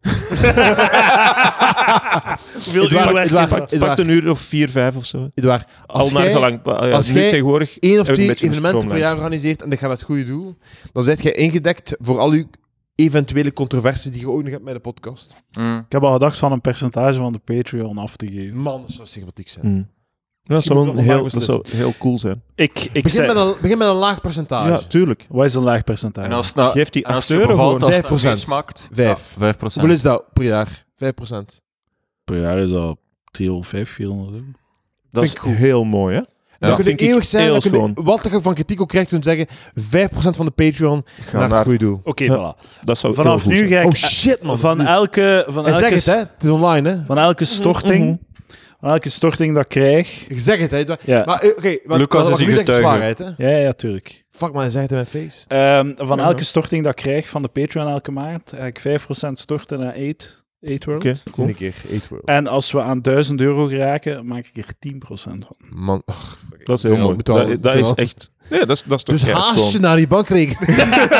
Hoeveel Edouard, uur werk Edouard, is dat? Het pakt een uur of vier, vijf of zo. Edouard, Al als naar jij gelang. Ja, als nu jij tegenwoordig één of heb ik twee een beetje een evenementen per jaar stroomlijst. organiseert en dat gaat het goede doel, dan zet jij ingedekt voor al uw eventuele controversies die je ook nog hebt met de podcast. Mm. Ik heb al gedacht van een percentage van de Patreon af te geven. Man, dat zou sympathiek zijn. Mm. Dat Misschien zou, moet een ik nog heel, maar dat zou heel cool zijn. Ik, ik Begin, zei... met een, begin met een laag percentage. Ja, tuurlijk. Wat is een laag percentage? En als het nou, Geef die en als acht het je euro bevalt, gewoon. als het vijf procent. nou smaakt. Vijf. Ja, vijf procent. Hoeveel is dat per jaar? vijf procent. Per jaar is dat driehonderdvijf, vierhonderd euro. Dat is Vind ik goed. heel mooi, hè? Dan kun je vind ik eeuwig zijn, heel dan kun je, schoon. wat je van kritiek ook krijgt, toen zeggen vijf procent van de Patreon Ga naar het naar- goede doel. Oké, Ja. voilà. Dat zou Vanaf heel goed nu zijn. ga ik... Oh shit, man. van elke... Van En elke, zeg het, hè. Het is online, hè. van elke storting... Mhm. Van elke storting dat ik krijg... Je zegt het, hè. Ja. Maar, uh, oké, okay, Lucas is een nu getuige. Waarheid, hè. Ja, ja, tuurlijk. Fuck, man, hij zegt het in mijn face. Um, van Ja. elke storting dat ik krijg van de Patreon elke maand, ga ik vijf procent storten naar Aid, Aid World. Oké, cool. Een keer, Eight World. En als we aan duizend euro geraken, maak ik er tien procent van. Man, ach, Dat is heel mooi. Moet wel- moet Dat, dat wel. is echt... Nee, dat is, dat is toch Dus keischoon. haast je naar die bankrekening.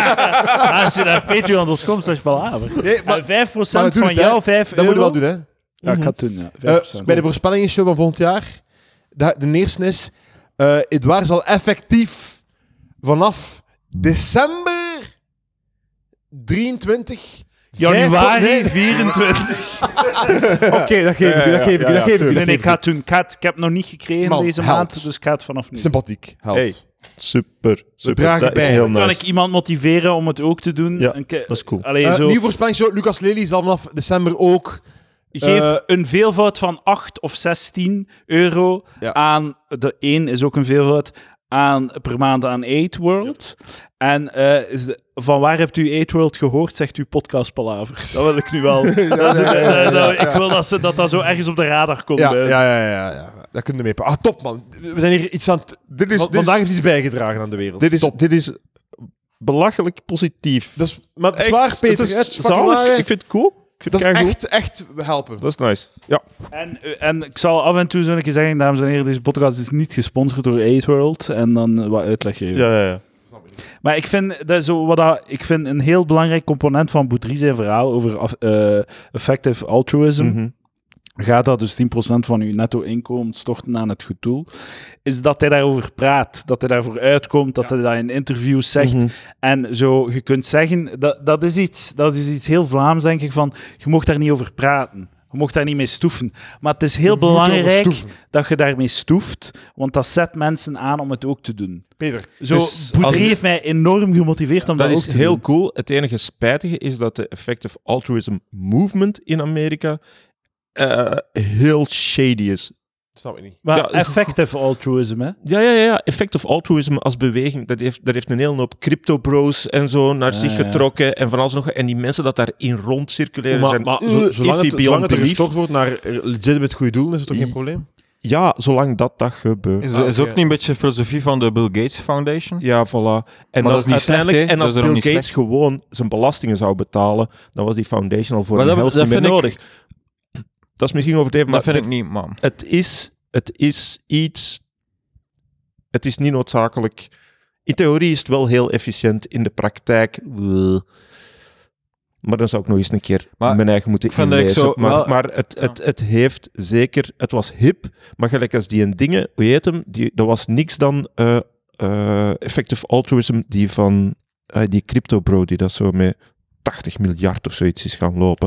Als je naar patreon punt com slash palaver. Nee, maar, En vijf maar procent doe van het, hè. jou, vijf dat moet je euro. wel doen, hè. Ja, ik ga het doen, ja. Uh, vijf procent. bij de voorspellingenshow van volgend jaar, de, de eerste is, uh, Edouard zal effectief vanaf december drieëntwintig... Januari vijf- nee. vierentwintig. Oké, dat geef ik u, dat geef ik u, ja, dat geef ik u. Nee, dat nee, geef ik ga het doen. Ik, ga het- ik heb het nog niet gekregen Man, deze helpt. maand, dus ik ga het vanaf nu. Sympathiek, helpt. Hey, super, super. dragen Dat is bij. heel Kan nice. ik iemand motiveren om het ook te doen? Ja, Een ke- dat is cool. Allee, Uh, zo. nieuwe voorspellingsshow, Lucas Lely zal vanaf december ook... Geef Eh, een veelvoud van acht of zestien euro Ja. aan... De één is ook een veelvoud aan, per maand aan Aid World. En eh, is de- van waar hebt u Aid World gehoord, zegt u podcast Palaver. Dat wil ik nu wel. Dat is een- eh, dat- ik wil dat, ze, dat dat zo ergens op de radar komt. Ja, eh. ja, ja, ja, ja. Dat kunnen we mee. Ah, top, man. We zijn hier iets aan het... Dit is, Va- dit is, Vandaag heeft iets bijgedragen aan de wereld. dit is, top. dit is belachelijk positief. Dat is, maar het is Echt, waar, Peter. het Het is is fucking zalig. waar, hè. Ik vind het cool. Ik vind Dat het is keigoed. echt, echt helpen. Dat is nice. Ja. En, eh, en ik zal af en toe zo een keer zeggen, dames en heren, deze podcast is niet gesponsord door Aid World. En dan wat uitleg geven. Ja, ja, ja. Maar ik vind, dat is zo wat dat, ik vind een heel belangrijk component van Boudry zijn verhaal over af- eh, effective altruism, Mhm. gaat dat dus tien procent van uw netto-inkomen storten aan het goed doel, is dat hij daarover praat, dat hij daarvoor uitkomt, dat hij dat in interviews zegt. Mhm. En zo, je kunt zeggen, dat, dat, is iets, dat is iets heel Vlaams, denk ik, van, je mocht daar niet over praten. Je mocht daar niet mee stoeven. Maar het is heel Je moet belangrijk erover stoeven. dat je daarmee stoeft, want dat zet mensen aan om het ook te doen. Peter. Zo, Dus Boudry als- heeft mij enorm gemotiveerd om dat, Dat ook is te heel doen. cool. Het enige spijtige is dat de effective altruism movement in Amerika eh, heel shady is. Snap ik niet. Maar Ja, effective altruism, hè? Ja, ja, ja, ja. Effective altruism als beweging, dat heeft, dat heeft een hele hoop crypto-bros en zo naar Ja, zich ja. getrokken. En van alles nog. En die mensen dat daarin rond circuleren Maar, zijn maar uh, zo- zolang, iffy het, beyond zolang het er belief. gestort wordt naar legitimate goede doelen, is het toch geen probleem? Ja, zolang dat dat gebeurt. Is, Ah, is oké. ook niet een beetje de filosofie van de Bill Gates Foundation? Ja, voilà. En, dat dan is niet slecht, uiteindelijk, hè? en Dat als is Bill daarom Gates niet slecht. gewoon zijn belastingen zou betalen, dan was die foundation al voor Maar de dat- helft dat niet meer vind ik- nodig. Dat is misschien overdreven, maar Dat vind het- ik niet, man. het is, het is iets... Het is niet noodzakelijk... In theorie is het wel heel efficiënt, in de praktijk... uh. Maar dan zou ik nog eens een keer Maar mijn eigen moeten ik vind dat ik inlezen. zo maar wel- maar het, ja. het, het heeft zeker... Het was hip, maar gelijk als die een dingen... Hoe heet hem? Die, dat was niks dan eh, eh, effective altruism die van... eh, die crypto bro die dat zo met tachtig miljard of zoiets is gaan lopen.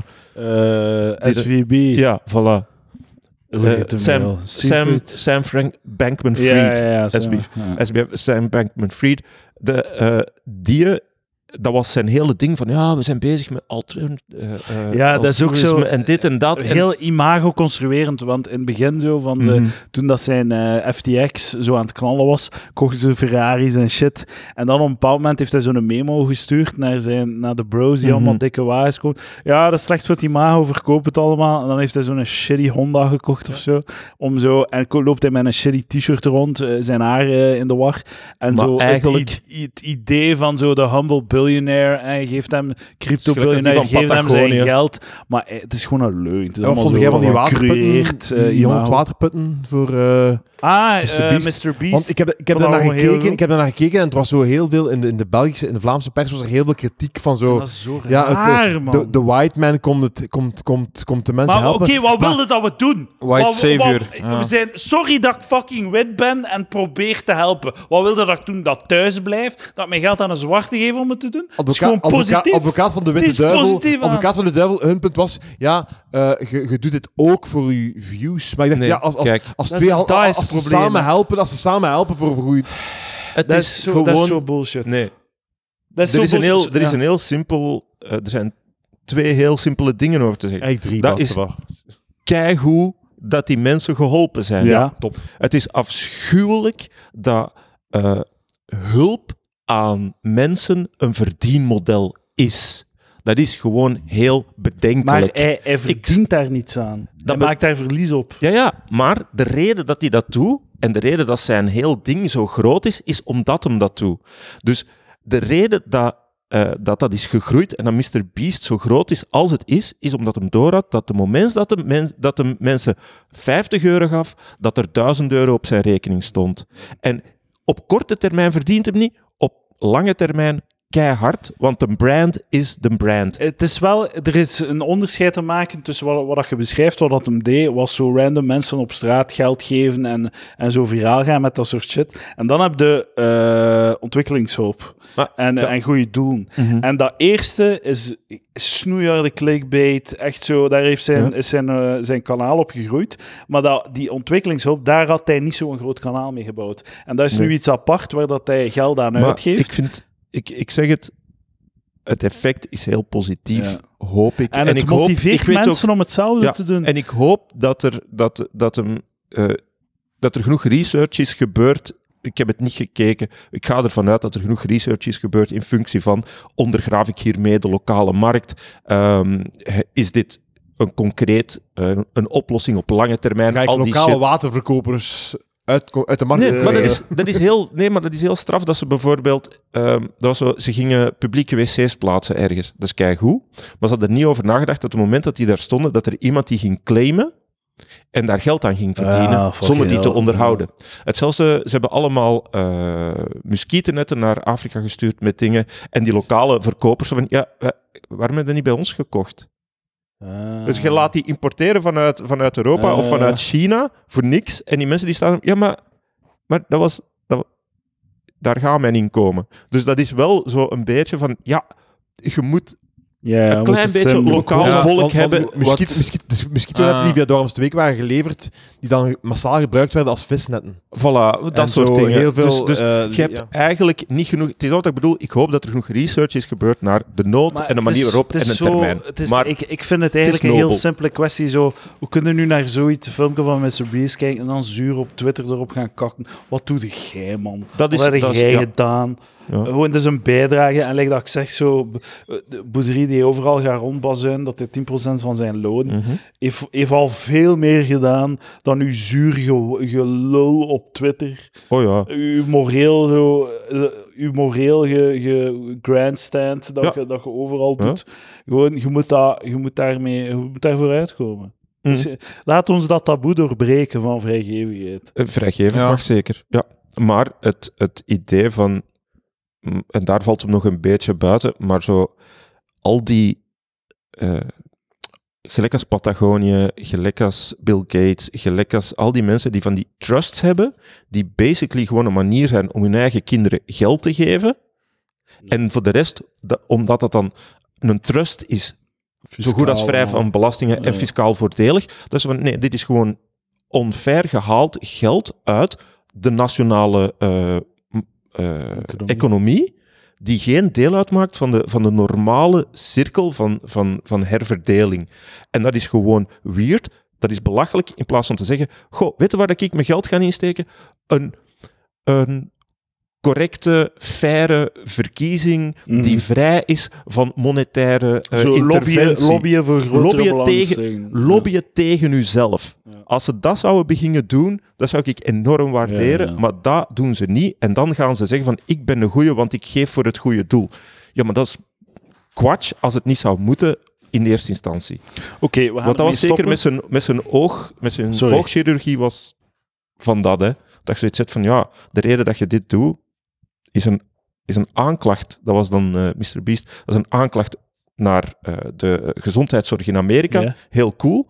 Eh, Die- S V B. Ja, voilà. Hoe Eh, heet hem Sam, wel? Sam, Seafood? Sam Frank Bankman-Fried. Ja, ja, ja. Sam, S B F. ja. S B F, Sam Bankman-Fried. De, eh, die, dat was zijn hele ding van, ja, we zijn bezig met alter, eh, eh, Ja, dat is ook zo- altruïsme en dit en dat. En- Heel imago-construerend, want in het begin zo van ze, Mhm. toen dat zijn eh, F T X zo aan het knallen was, kochten ze Ferraris en shit. En dan op een bepaald moment heeft hij zo'n memo gestuurd naar, zijn, naar de bros die Mhm. allemaal dikke wagens kopen. Ja, dat is slecht voor het imago, verkoop het allemaal. En dan heeft hij zo'n shitty Honda gekocht of zo. Om zo. En ko- loopt hij met een shitty t-shirt rond, eh, zijn haar eh, in de war. En Maar zo eigenlijk- het, i- het idee van zo de humble billionaire, en je geeft hem crypto-billionaire, Gelijk als die geeft van hem zijn Patagonia. geld. Maar eh, het is gewoon een leun. Het is Wat allemaal vond zo jij van die gecreëerd, waterputten? eh, Die honderd imago. waterputten voor... eh, Ah, mister eh, Beast. mister Beast. Want ik heb, ik heb vond daar dat naar wel heel gekeken, goed. ik heb daar naar gekeken en het was zo heel veel in de, in de Belgische, in de Vlaamse pers was er heel veel kritiek van zo. Dat is zo Ja, het, raar, de, man. de, de white man komt, het, komt, komt, komt de mensen maar oké, helpen. wat Maar- wilde dat we doen? White Wat- savior, wat- ja. We zijn, sorry dat ik fucking wit ben en probeer te helpen. Wat wilde dat ik doen? Dat thuis blijf? Dat mijn geld aan een zwarte geef om het te doen? Dat is gewoon advocaat, positief. advocaat van de Witte Het is Duivel. positief aan. Advocaat van de Duivel, hun punt was, ja, eh, je je doet dit ook voor je views. Maar ik dacht, Nee, ja, als, als, kijk, als, dat twee, is- al- dat is als het ze probleem, samen hè. helpen, als ze samen helpen voor, voor goede... Het Dat is, is, zo, gewoon... dat is zo bullshit. Nee, Dat is er zo is, een heel, bullshit. er is Ja. een heel simpel... eh, er zijn twee heel simpele dingen over te zeggen. Eigenlijk drie, Dat Bart, is- ça va. Keigoed dat die mensen geholpen zijn. Ja. Top. Het is afschuwelijk dat eh, hulp aan mensen een verdienmodel is. Dat is gewoon heel bedenkelijk. Maar hij, hij verdient Ik- daar niets aan. Hij be- maakt daar verlies op. Ja, ja, maar de reden dat hij dat doet, en de reden dat zijn heel ding zo groot is, is omdat hem dat doet. Dus de reden dat uh, dat, dat is gegroeid en dat mister Beast zo groot is als het is, is omdat hem doorhad dat de moment dat de, men, dat de mensen vijftig euro gaf, dat er duizend euro op zijn rekening stond. En op korte termijn verdient hem niet, op lange termijn keihard, want de brand is de brand. Het is wel, er is een onderscheid te maken tussen wat, wat je beschrijft, wat dat hem deed, was zo random mensen op straat geld geven en, en zo viraal gaan met dat soort shit. En dan heb je uh, ontwikkelingshulp Maar, en, ja. en goede doelen. Mm-hmm. En dat eerste is snoeiharde clickbait, echt zo, daar heeft zijn, Ja. is zijn, uh, zijn kanaal op gegroeid. Maar dat, die ontwikkelingshulp, daar had hij niet zo'n groot kanaal mee gebouwd. En dat is Nee. nu iets apart waar dat hij geld aan Maar uitgeeft. ik vind, ik, ik zeg het, het effect is heel positief, Ja. hoop ik. En het ik hoop, motiveert ik weet ook- mensen om hetzelfde Ja, te doen. En ik hoop dat er, dat, dat, hem, uh, dat er genoeg research is gebeurd. Ik heb het niet gekeken. Ik ga ervan uit dat er genoeg research is gebeurd in functie van ondergraaf ik hiermee de lokale markt? Um, is dit een concreet, uh, een oplossing op lange termijn? Ga ik Al die lokale shit. waterverkopers uit, uit de markt... Nee, Eh, maar dat is, dat is heel, nee, maar dat is heel straf dat ze bijvoorbeeld... Um, dat was zo, ze gingen publieke wc's plaatsen ergens. Dat is keigoed. Maar ze hadden er niet over nagedacht dat op het moment dat die daar stonden, dat er iemand die ging claimen en daar geld aan ging verdienen, Ah, fuck zonder die hell. te onderhouden. Hetzelfde, ze hebben allemaal uh, muskietennetten naar Afrika gestuurd met dingen. En die lokale verkopers van, ja, waarom hebben je dat niet bij ons gekocht? Ah. Dus je laat die importeren vanuit, vanuit Europa Uh. of vanuit China voor niks. En die mensen die staan... Ja, maar, maar dat was... Dat, daar gaat mijn inkomen. Dus dat is wel zo een beetje van... Ja, je moet Ja, een moet klein het beetje zijn- lokaal Ja, volk want- want hebben. muskiet- wat- muskiet- dus muskietennetten Ah. die via Dorms twee waren geleverd, die dan massaal gebruikt werden als visnetten. Voilà, dat En soort zo dingen. heel veel, dus dus eh, je hebt ja. eigenlijk niet genoeg... Het is wat ik bedoel. Ik hoop dat er genoeg research is gebeurd naar de nood Maar en de het manier is- waarop het en is de zo- termijn. Het is, maar ik, ik vind het eigenlijk een heel nobel. simpele kwestie. Zo, hoe kunnen we nu naar zoiets, een filmpje van mister Beast kijken en dan zuur op Twitter erop gaan kakken? Wat doe jij, man? dat is... Wat heb dat is- jij ja. gedaan? Ja. Gewoon, het is een bijdrage. En like dat ik zeg, zo, de boerderie die overal gaat rondbazuinen, dat hij tien procent van zijn loon Mhm. heeft, heeft al veel meer gedaan dan uw zuur ge- gelul op Twitter. Oh ja. Uw moreel, zo, eh, uw moreel ge, ge grandstand dat, Ja. je, dat je overal Ja. doet. Gewoon, je moet, dat, je moet daarmee je moet daar vooruit komen. Mhm. Dus, eh, laat ons dat taboe doorbreken van vrijgevigheid. Eh, Vrijgevig Ja. mag zeker, ja. Maar het, het idee van... mm, En daar valt hem nog een beetje buiten, maar zo... Al die... eh, gelijk als Patagonië, gelijk als Bill Gates, gelijk als al die mensen die van die trusts hebben, die basically gewoon een manier zijn om hun eigen kinderen geld te geven. En voor de rest, dat, omdat dat dan een trust is, zo goed als vrij van belastingen en Ja. fiscaal voordelig. Dat is van, nee, dit is gewoon onfair gehaald geld uit de nationale uh, m- uh, Economie. economie, die geen deel uitmaakt van de, van de normale cirkel van, van, van herverdeling. En dat is gewoon weird, dat is belachelijk, in plaats van te zeggen, goh, weet je waar ik mijn geld ga insteken? Een, een correcte, faire verkiezing Mhm. die vrij is van monetaire uh, Zo interventie. lobbyen, lobbyen voor grotere Lobbyen tegen- belangstellingen. Lobbyen tegen uzelf. Ja. Als ze dat zouden beginnen doen, dat zou ik enorm waarderen, Ja, ja. maar dat doen ze niet. En dan gaan ze zeggen van, ik ben een goeie, want ik geef voor het goede doel. Ja, maar dat is kwatsch als het niet zou moeten in de eerste instantie. Oké, we gaan Want dat was zeker ermee met zijn, met zijn oog, met zijn Sorry. oogchirurgie was van dat, hè. Dat je zoiets zegt van, ja, de reden dat je dit doet, is een, is een aanklacht. Dat was dan uh, mister Beast. Dat is een aanklacht naar uh, de gezondheidszorg in Amerika. Ja. Heel cool.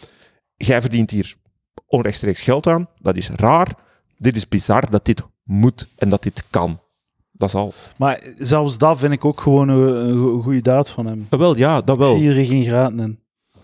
Jij verdient hier onrechtstreeks geld aan. Dat is raar. Dit is bizar dat dit moet en dat dit kan. Dat is al. Maar zelfs dat vind ik ook gewoon een, een go- goede daad van hem. Uh, wel, ja, dat Ik wel. zie er geen graten in.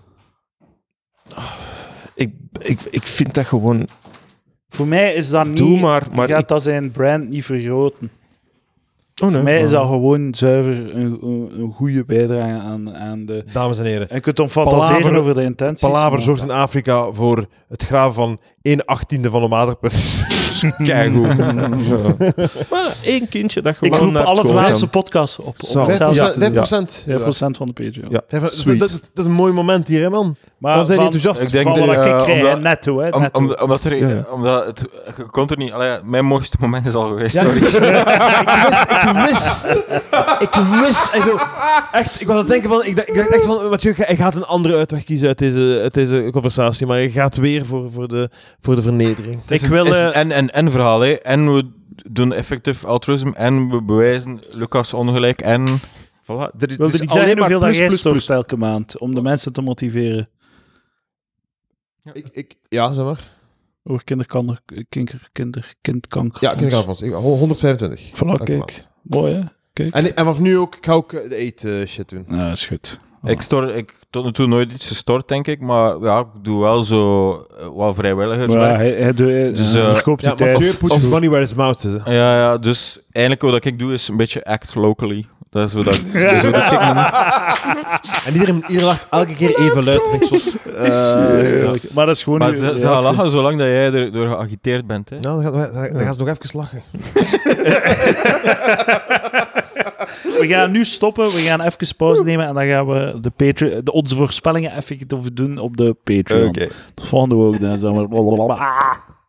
Ik, ik, ik vind dat gewoon... Voor mij is dat niet... Doe maar, maar gaat ik- dat zijn brand niet vergroten. Oh, nee, Voor mij is maar- dat gewoon zuiver een, een, een goede bijdrage aan, aan de... Dames en heren. En je kunt dan fantaseren Palaver- over de intenties. Palaver maar- zorgt in Afrika voor het graven van één achttiende van de materput. Keigoed. Maar één kindje dat Ik gewoon roep naar alle school Vlaamse kan. podcasts op. op Zo. hetzelfde vijf procent. te doen. vijf procent. vijf procent van de Patreon. Ja, Vijf- dat, sweet. dat, dat is een mooi moment hier, hè, man. Maar Waarom zijn van, die enthousiast? Ik denk van dat, wat ik eh, krijg, omdat- netto, hè. Om, netto. om, omdat er, Ja, ja. omdat het, je kon er niet, allee, mijn mooiste moment is al geweest, Ja, sorry. ik wist, ik wist, ik wist, echt, zo, echt, ik was aan het denken van, ik dacht, ik dacht echt van, Mathieu, hij gaat een andere uitweg kiezen uit deze, uit deze conversatie, maar je gaat weer voor, voor, de, voor de vernedering. Ik wil... Het is eh, een en, en, en verhaal, hè. En we doen effectief altruïsme en we bewijzen Lucas ongelijk en... Voilà, er is, wilde dus niet alleen zeggen maar hoeveel dat plus, jij plus, stort plus. elke maand, om de mensen te motiveren. Ik, ik, ja, zeg maar. Over kinderkanker, kinder, kinder, kindkanker. Ja, kinderkankerfonds. Ik- honderdvijfentwintig. Voilà, Elke kijk. maand. Mooi, hè? Kijk. En, en vanaf nu ook, ik ga ook eh, de eet eh, shit doen. Nou, dat is goed. Ik stor, ik tot nu toe nooit iets gestort, denk ik, maar ja, ik doe wel zo uh, wat vrijwilligerswerk. Maar hij, hij, doet- hij, Dus, hij eh, verkoopt Ja, die tijd. Mathieu put his money where his mouth is. hè. Ja, ja, dus eigenlijk wat ik doe is een beetje act locally. Dat is wat ik, dat is wat ik noem. En iedereen, iedereen lacht elke keer even luid, vind ik zot. Eh, ja. Maar dat is gewoon... Maar uw ze, ze reactie. gaan lachen zolang dat jij erdoor geagiteerd bent. Hè. Nou, dan, gaan- dan, dan gaan ze nog even lachen. We gaan nu stoppen, we gaan even pauze nemen en dan gaan we de Patreon, de, onze voorspellingen effectief doen op de Patreon. Oké. Tot volgende week. Dan zijn we...